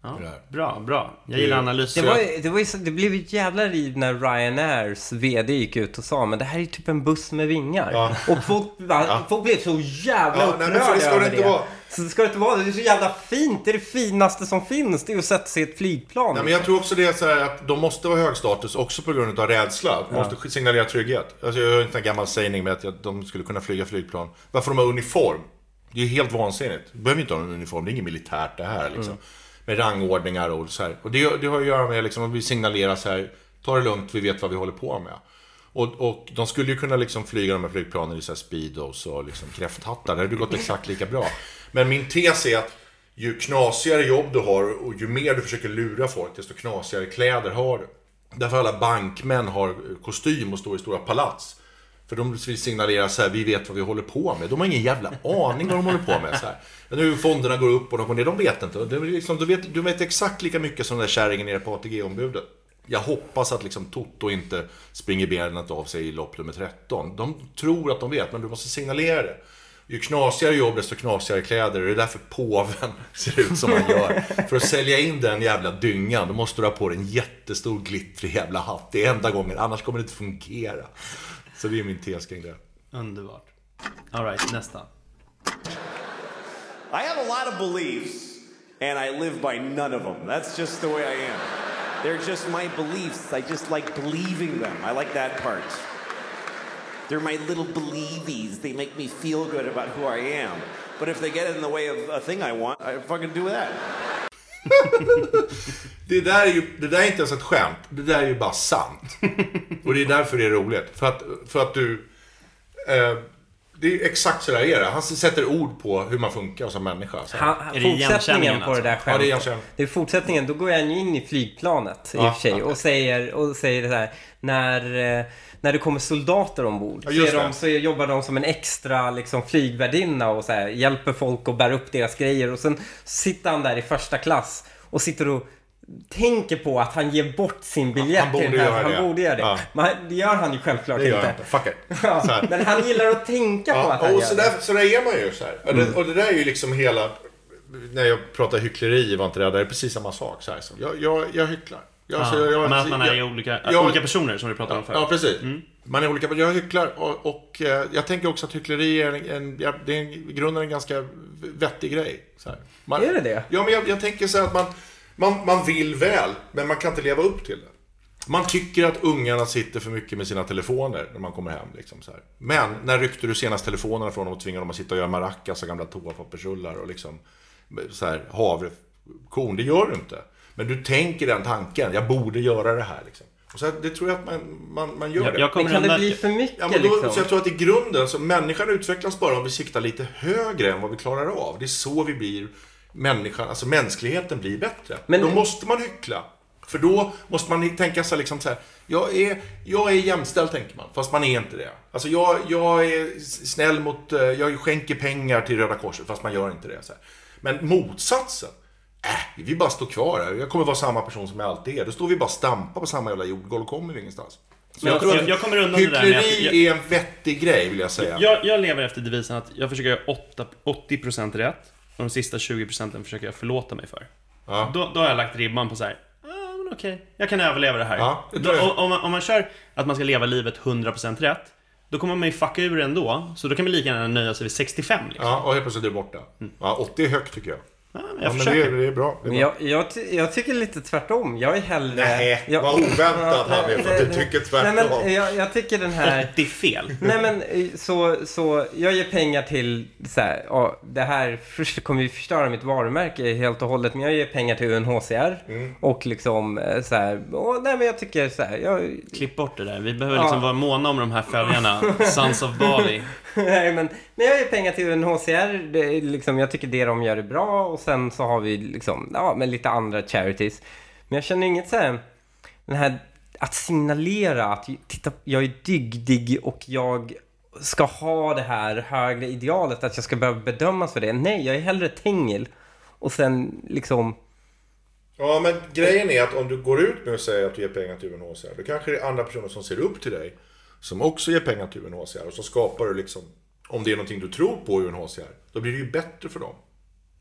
Ja, bra. Jag gillar analyser. Det blev ett jävla riv när Ryanairs vd gick ut och sa, men det här är typ en buss med vingar. Ja. Och folk blev så jävla upprörda över det. Så det ska det inte vara. Det är så jävla fint. Det är det finaste som finns. Det är att sätta sig i ett flygplan. Nej, men jag tror också det är så här att de måste vara hög status också på grund av rädsla. De måste signalera trygghet. Alltså, jag har inte en gammal sägning med att de skulle kunna flyga flygplan. Varför de har uniform? Det är helt vansinnigt. Du behöver inte ha en uniform. Det är inget militärt det här liksom. Med rangordningar och så här. Och det har att göra med liksom, att vi signalerar så här. Ta det lugnt, vi vet vad vi håller på med. Och de skulle ju kunna liksom flyga de här flygplanen i så här speedos och liksom kräfthattar. Det hade gått exakt lika bra. Men min tes är att ju knasigare jobb du har och ju mer du försöker lura folk, desto knasigare kläder har du. Därför alla bankmän har kostym och står i stora palats. För de vill signalera så här, vi vet vad vi håller på med. De har ingen jävla aning vad de håller på med. Så här. Nu fonderna går upp och de går ner, de vet inte. Du vet exakt lika mycket som den där kärringen nere på ATG-ombudet. Jag hoppas att liksom Toto inte springer benet av sig i lopp nummer 13. De tror att de vet, men du måste signalera det. Ju knasigare jobb, desto knasigare kläder. Det är därför påven ser ut som han gör. För att sälja in den jävla dyngan, då måste du ha på dig en jättestor glittrig jävla hatt. Det är enda gången, annars kommer det inte fungera. Så det är min tes kring det. Underbart. All right, nästa. I have a lot of beliefs and I live by none of them. That's just the way I am. They're just my beliefs. I just like believing them. I like that part. They're my little believies. They make me feel good about who I am. But if they get in the way of a thing I want, I fucking do that. Det där är inte ens ett skämt. Det där är ju bara sant. Och det är därför det är roligt. För att du... det är exakt så där är det. Han sätter ord på hur man funkar som människa. Fortsättningen på det där skämtet. Ja, det är igenkänningen. Det är fortsättningen. Då går jag in i flygplanet i och för sig. Och säger det här. När det kommer soldater ombord så jobbar de som en extra liksom, flygvärdinna och så här, hjälper folk att bära upp deras grejer. Och sen sitter han där i första klass och sitter och tänker på att han ger bort sin biljett. Han borde göra det. Ja. Men det gör han ju självklart inte. Fuck it. Ja, men han gillar att tänka på att han och gör det. Så där är man ju så här. Och det där är ju liksom hela... När jag pratar hyckleri var inte det är precis samma sak. Så här. Så jag hycklar. Men att man är olika personer som du pratade om förut. Ja, precis. Man är olika, jag hycklar och jag tänker också att hyckleri är i grunden en ganska vettig grej. Så här. Är det? Ja, men jag tänker så här att man vill väl, men man kan inte leva upp till det. Man tycker att ungarna sitter för mycket med sina telefoner när man kommer hem. Liksom, så här. Men när ryckte du senast telefonerna från dem och tvingade dem att sitta och göra maracas och gamla toapappersrullar och liksom, så här, havrekorn? Det gör du inte. Men du tänker den tanken, jag borde göra det här liksom. Och så det tror jag att man gör det. Men kan det bli för mycket liksom? Så jag tror att i grunden så människan utvecklas bara om vi siktar lite högre än vad vi klarar av. Det är så vi blir människan, alltså mänskligheten blir bättre. Men då måste man hyckla. För då måste man tänka sig liksom så här, jag är jämställd tänker man, fast man är inte det. Alltså jag är snäll mot, jag skänker pengar till Röda Korset, fast man gör inte det så här. Men motsatsen, vi bara står kvar här. Jag kommer vara samma person som jag alltid är. Då står vi bara stampa på samma jävla jordgolv och kommer vi ingenstans. Så jag kommer undan det där med hyckleri är en vettig grej, vill jag säga. Jag lever efter devisen att jag försöker göra 80% rätt och de sista 20% försöker jag förlåta mig för. Ja. Då har jag lagt ribban på så här. Men okej, jag kan överleva det här. Ja, om man kör att man ska leva livet 100% rätt, då kommer man ju fucka ur ändå. Så då kan man lika gärna nöja sig vid 65 liksom. Ja, och helt plötsligt är det borta. Ja, 80 är högt tycker jag. Men det är bra. Men jag tycker lite tvärtom. Jag är hellre... Nej, vad oväntat han är för att du tycker tvärtom. Nej, men jag tycker den här... Det är fel. Nej, men så jag ger pengar till så här, det här kommer ju förstöra mitt varumärke helt och hållet, men jag ger pengar till UNHCR och liksom så här, nej men jag tycker så här, klipp bort det där. Vi behöver liksom vara måna om de här följarna. Sons of Bali. Nej, men jag ger pengar till UNHCR. Det, liksom, jag tycker det de gör är bra. Och sen så har vi liksom, med lite andra charities. Men jag känner inget så här, den här att signalera att titta, jag är dygdig och jag ska ha det här högre idealet, att jag ska behöva bedömas för det. Nej, jag är hellre tängel. Och sen liksom... Ja, men grejen är att om du går ut med och säger att du ger pengar till UNHCR, då kanske det är andra personer som ser upp till dig som också ger pengar till UNHCR, och så skapar du liksom, om det är någonting du tror på UNHCR, då blir det ju bättre för dem.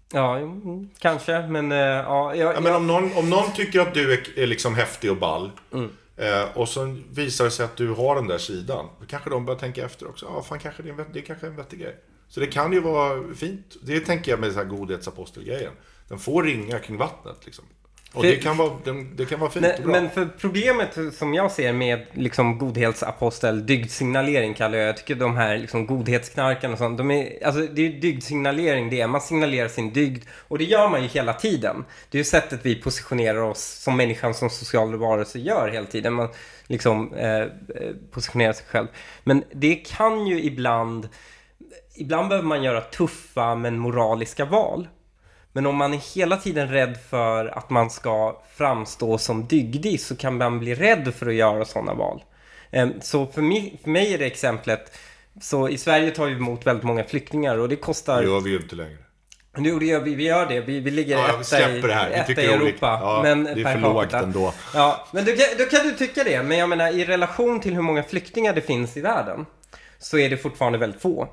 Ja, kanske, men men om någon tycker att du är liksom häftig och ball och så visar det sig att du har den där sidan, då kanske de börjar tänka efter också. Ja, fan, kanske det är kanske en vettig grej. Så det kan ju vara fint. Det tänker jag med så här godhetsapostelgrejen. Den får ringa kring vattnet liksom. Och det kan vara fint och bra. Men för problemet som jag ser med liksom godhetsapostel, dygdsignalering kallar jag tycker de här liksom godhetsknarkarna och sånt, alltså det är dygdsignalering, man signalerar sin dygd, och det gör man ju hela tiden. Det är ju sättet vi positionerar oss som människan, som social varelse gör hela tiden. Man liksom positionerar sig själv. Men det kan ju ibland behöver man göra tuffa men moraliska val. Men om man är hela tiden rädd för att man ska framstå som dygdig, så kan man bli rädd för att göra sådana val. Så för mig är det exemplet, så i Sverige tar vi emot väldigt många flyktingar och det kostar... Det gör vi ju inte längre. Jo, det gör vi gör det. Vi ligger etta i Europa. Ja, men det är för lågt ändå. Ja, men då kan du tycka det. Men jag menar, i relation till hur många flyktingar det finns i världen, så är det fortfarande väldigt få.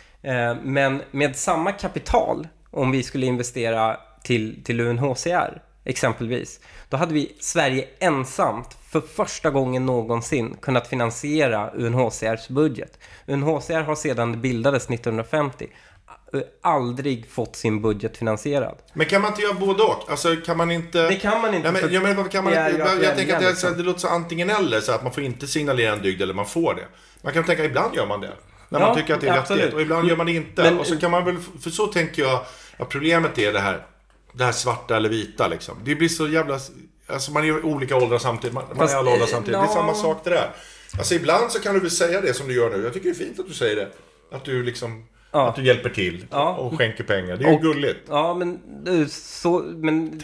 Men med samma kapital, om vi skulle investera till UNHCR exempelvis, då hade vi Sverige ensamt för första gången någonsin kunnat finansiera UNHCRs budget. UNHCR har sedan det bildades 1950 aldrig fått sin budget finansierad. Men kan man inte göra både och? Alltså kan man inte... Det kan man inte. Jag tänker att det låter så antingen eller, så att man får inte signalera en dygd eller man får det. Man kan tänka, ibland gör man det. När man tycker att det är vettigt. Och ibland gör man det inte. Och så kan man väl, för så tänker jag att problemet är det här svarta eller vita liksom. Det blir så jävla... Alltså man är i olika åldrar samtidigt. Man är alla åldrar samtidigt. Det är samma sak det där. Alltså ibland så kan du väl säga det som du gör nu. Jag tycker det är fint att du säger det. Att du liksom... Ja. Att du hjälper till och skänker pengar. Det är ju gulligt. Ja, men så... Men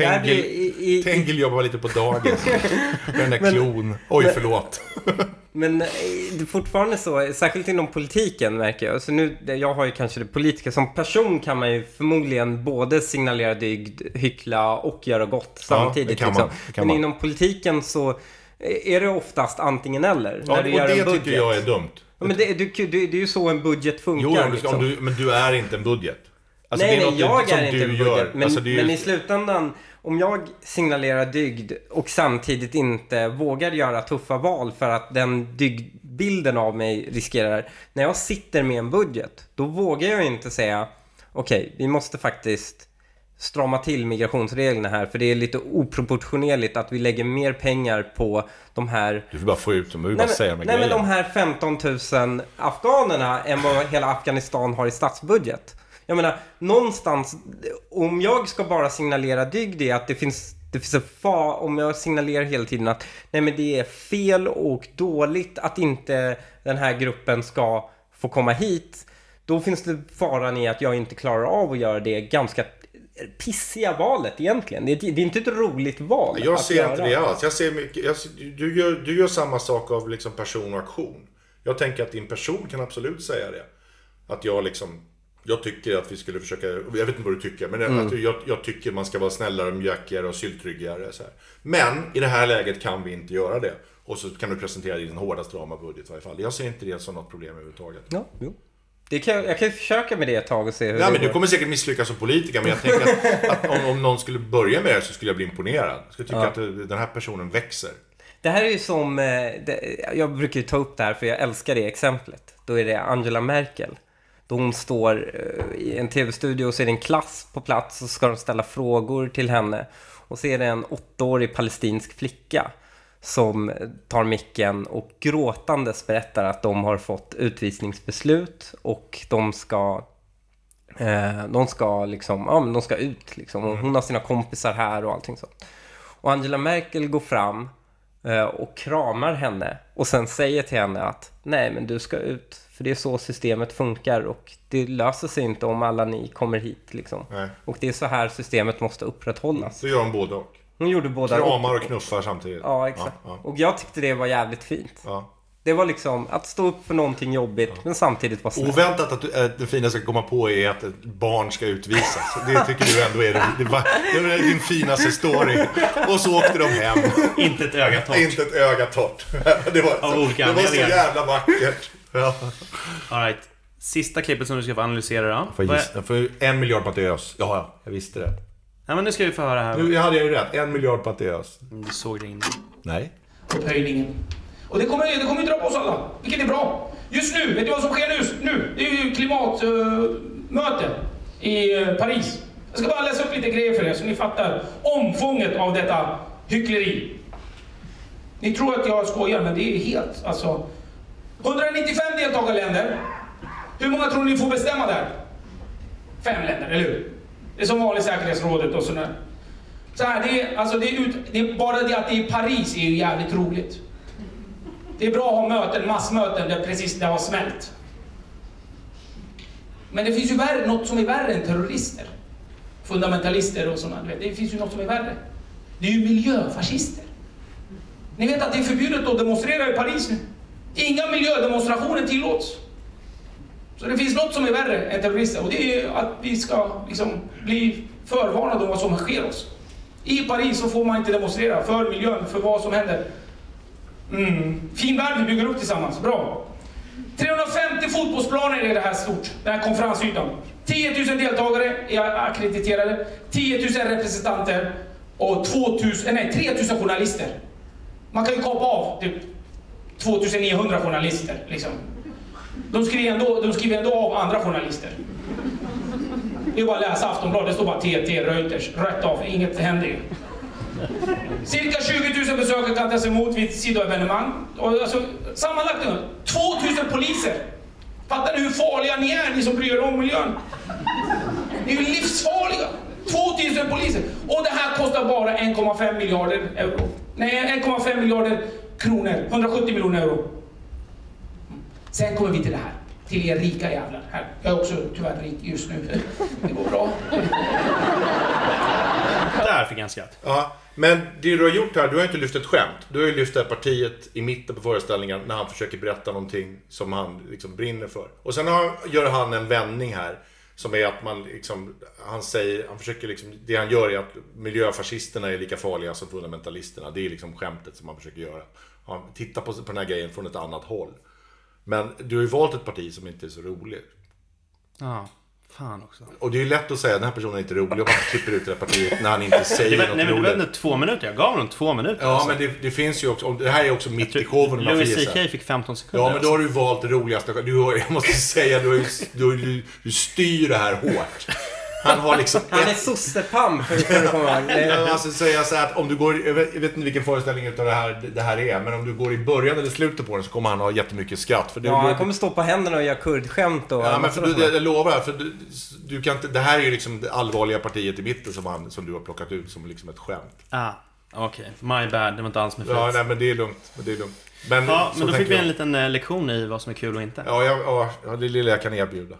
Tengil jobbar lite på dagen. Den där klon. Oj, förlåt. Men det är fortfarande så, särskilt inom politiken märker jag. Så nu, jag har ju kanske det politiska. Som person kan man ju förmodligen både signalera dygd, hyckla och göra gott samtidigt. Ja, men inom politiken så är det oftast antingen eller. Ja, när du gör en budget. Tycker jag är dumt. Ja, men det är ju så en budget funkar. Jo, men du är inte en budget. Alltså, nej, det är jag är inte en budget. Men, alltså, men i slutändan, om jag signalerar dygd och samtidigt inte vågar göra tuffa val för att den dygdbilden av mig riskerar. När jag sitter med en budget, då vågar jag inte säga okej, vi måste faktiskt strama till migrationsreglerna här, för det är lite oproportionerligt att vi lägger mer pengar på de här... Du får bara få ut dem, du bara säga med grejer. Nej, men de här 15 000 afghanerna än vad hela Afghanistan har i statsbudget. Jag menar, någonstans, om jag ska bara signalera dygd är att det finns en om jag signalerar hela tiden att nej, men det är fel och dåligt att inte den här gruppen ska få komma hit, då finns det faran i att jag inte klarar av att göra det ganska pissiga valet egentligen. Det är inte ett roligt val. Jag ser inte det alls. Jag ser mycket, du gör samma sak av liksom person och aktion. Jag tänker att din person kan absolut säga det. Att jag tycker att vi skulle försöka, jag vet inte vad du tycker, men att jag tycker man ska vara snällare, mjukare och syltryggare så här. Men i det här läget kan vi inte göra det. Och så kan du presentera din hårdaste ramabudget i varje fall. Jag ser inte det som något problem överhuvudtaget. Ja, jo. Jag kan försöka med det ett tag och se hur men du kommer säkert misslyckas som politiker, men jag tänker att om någon skulle börja med det så skulle jag bli imponerad. Jag skulle tycka att den här personen växer. Det här är ju som, jag brukar ju ta upp det här för jag älskar det exemplet. Då är det Angela Merkel. Då hon står i en tv-studio och så är det en klass på plats och så ska de ställa frågor till henne. Och så är det en 8-årig palestinsk flicka som tar micken och gråtandes berättar att de har fått utvisningsbeslut och de ska liksom, de ska ut liksom. Och hon har sina kompisar här och allting sånt. Och Angela Merkel går fram och kramar henne och sen säger till henne att nej, men du ska ut, för det är så systemet funkar och det löser sig inte om alla ni kommer hit liksom. Och det är så här systemet måste upprätthållas. Så gör hon både och. Hon gjorde båda. Kramar och knuffar samtidigt. Ja, exakt. Ja. Och jag tyckte det var jävligt fint. Ja. Det var liksom att stå upp för någonting jobbigt men samtidigt vara snäll. Oväntat att det fina ska komma på är att ett barn ska utvisas. Det tycker du ändå är det är din finaste story. Och så åkte de hem. Inte ett öga torrt. Inte ett öga torrt. Det var så jävla vackert. Ja. All right. Sista klippet som du ska få analysera då. För 1 miljard på Atteus. Ja, jag visste det. Ja, men nu ska vi få höra här. Nu hade jag ju rätt. 1 miljard på Atteus. Du såg det in. Nej. Upphöjningen. Och det kommer dra på oss alla, vilket är bra. Just nu, vet du vad som sker nu? Det är ju klimatmöte i Paris. Jag ska bara läsa upp lite grejer för er så ni fattar omfånget av detta hyckleri. Ni tror att jag skojar, men det är helt, 195 deltagarländer. Hur många tror ni får bestämma där? 5 länder, eller hur? Det är som vanligt säkerhetsrådet och sådär. Så här, det är bara det att det är i Paris är ju jävligt roligt. Det är bra att ha möten, massmöten där precis det har smält. Men det finns ju något som är värre än terrorister. Fundamentalister och sådana. Det finns ju något som är värre. Det är ju miljöfascister. Ni vet att det är förbjudet att demonstrera i Paris nu. Inga miljödemonstrationer tillåts. Så det finns något som är värre än terrorister. Och det är att vi ska bli förvarnade om vad som sker oss. I Paris så får man inte demonstrera för miljön, för vad som händer. Fin värld vi bygger upp tillsammans. Bra. 350 fotbollsplaner är det här stort. Den här konferensytan. 10 000 deltagare är akkrediterade. 10 000 representanter. Och 3 000 journalister. Man kan ju kapa av typ 2900 journalister. Liksom. De skriver ändå av andra journalister. Det är bara att läsa Aftonbladet. Det står bara TT, Reuters. Rätt av. Inget händer ju. Cirka 20 000 besökare kan tas emot vid sidoevenemang. Och sammanlagt 2000 poliser. Fattar ni hur farliga ni är, ni som bryr er om miljön? Ni är ju livsfarliga. 2000 poliser. Och det här kostar bara 1,5 miljarder euro. Nej, 1,5 miljarder kronor. 170 miljoner euro. Sen kommer vi till det här. Till er rika jävlar. Här. Jag är också tyvärr rik just nu. Det går bra. Där fick jag skratt. Ja, men det du har gjort här, du har inte lyft ett skämt. Du har ju lyft det här partiet i mitten på föreställningen när han försöker berätta någonting som han brinner för. Och sen gör han en vändning här som är att man han försöker det han gör är att miljöfascisterna är lika farliga som fundamentalisterna. Det är skämtet som han försöker göra. Han tittar på den här grejen från ett annat håll. Men du har ju valt ett parti som inte är så roligt. Ja, fan också. Och det är ju lätt att säga att den här personen är inte rolig och man klipper ut det här partiet när han inte säger något roligt. Det var ändå 2 minuter, jag gav honom 2 minuter. Ja, men det finns ju också, det här är också mitt i showen. Louis CK fick 15 sekunder. Ja, men då har du valt det roligaste. Jag måste säga, du styr det här hårt. Han har han är sossepam för att komma ihåg. Jag måste säga så att om du går, jag vet inte vilken föreställning utav det här är, men om du går i början eller slutet på den så kommer han ha jättemycket skratt. För han kommer stå på händerna och göra kurdskämt. Ja, men för jag lovar, för du kan inte, det här är ju det allvarliga partiet i mitten som du har plockat ut som ett skämt. Okej. My bad, det var inte alls med flit. Ja, nej, men det är lugnt. Men då fick vi en liten lektion i vad som är kul och inte. Ja, det lilla jag kan erbjuda.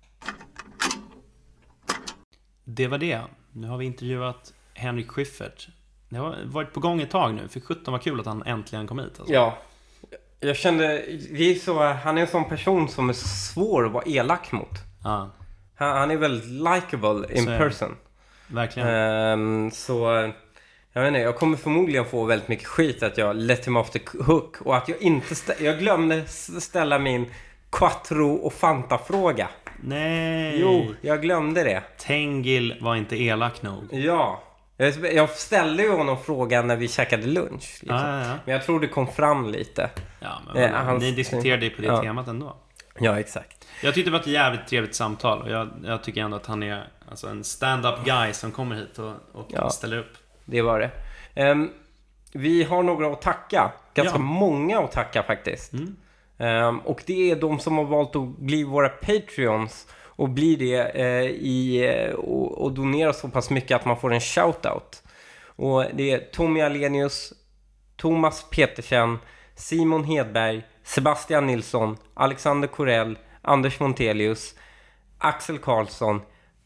Det var det. Nu har vi intervjuat Henrik Schyffert. Det har varit på gång ett tag nu. För 17 var kul att han äntligen kom hit. Ja. Jag kände, han är en sån person som är svår att vara elak mot. Han är väldigt likable in person. Verkligen. Så jag vet inte, jag kommer förmodligen få väldigt mycket skit att jag let him off the hook. Och att jag glömde ställa min Quattro och Fanta-fråga. Nej. Jo, jag glömde det. Tengil var inte elak nog. Ja. Jag ställde ju honom frågan när vi käkade lunch. Men jag tror det kom fram lite. Ja, men ni diskuterade ju på det temat ändå. Ja, exakt. Jag tyckte det var ett jävligt trevligt samtal. Och jag tycker ändå att han är en stand-up guy som kommer hit och ställer upp. Det var det. Vi har några att tacka. Ganska många att tacka faktiskt. Och det är de som har valt att bli våra Patreons och bli det och donera så pass mycket att man får en shoutout. Och det är Tommy Alenius, Thomas Petersen, Simon Hedberg, Sebastian Nilsson, Alexander Korell, Anders Montelius, Axel Karlsson,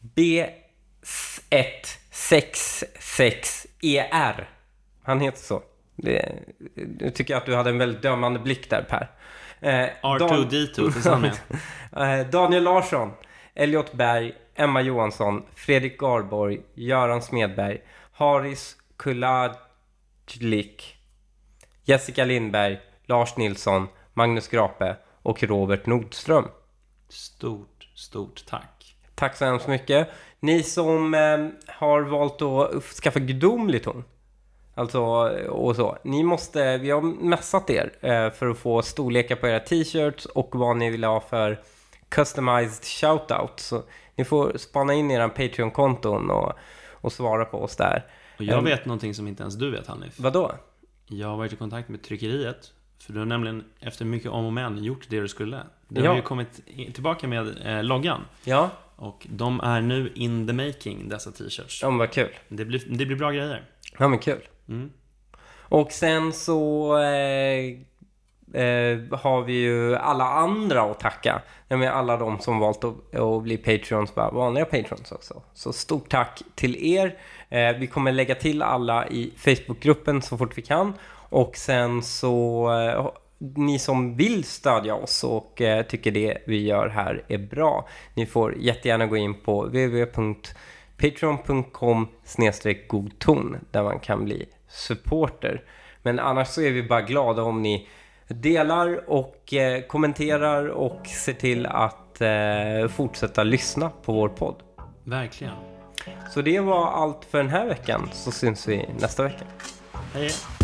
B166ER. Han heter så. Jag tycker att du hade en väldigt dömande blick där, Per. R2D2 tillsammans. Daniel Larsson, Elliot Berg, Emma Johansson, Fredrik Garborg, Göran Smedberg, Haris Kulajlik, Jessica Lindberg, Lars Nilsson, Magnus Grape och Robert Nordström. Stort tack. Tack så hemskt mycket. Ni som har valt att skaffa gudomlig ton, alltså och så, vi har messat er för att få storlekar på era t-shirts och vad ni vill ha för customized shoutout. Så ni får spana in era Patreon-konton och svara på oss där. Och jag vet någonting som inte ens du vet, Hanif. Vadå? Jag har varit i kontakt med tryckeriet. För du har nämligen efter mycket om och men gjort det du skulle. Du har ju kommit tillbaka med loggan. Ja. Och de är nu in the making, dessa t-shirts. Ja, vad kul. Det blir bra grejer. Ja, men kul. Och sen så har vi ju alla andra att tacka. Med alla de som valt att bli Patreons, bara vanliga Patreons också. Så stort tack till er. Vi kommer lägga till alla i Facebookgruppen så fort vi kan. Och sen så ni som vill stödja oss och tycker det vi gör här är bra, ni får jättegärna gå in på www.patreon.com/godton där man kan bli supporter. Men annars så är vi bara glada om ni delar och kommenterar och ser till att fortsätta lyssna på vår podd. Verkligen. Så det var allt för den här veckan, så syns vi nästa vecka. Hej.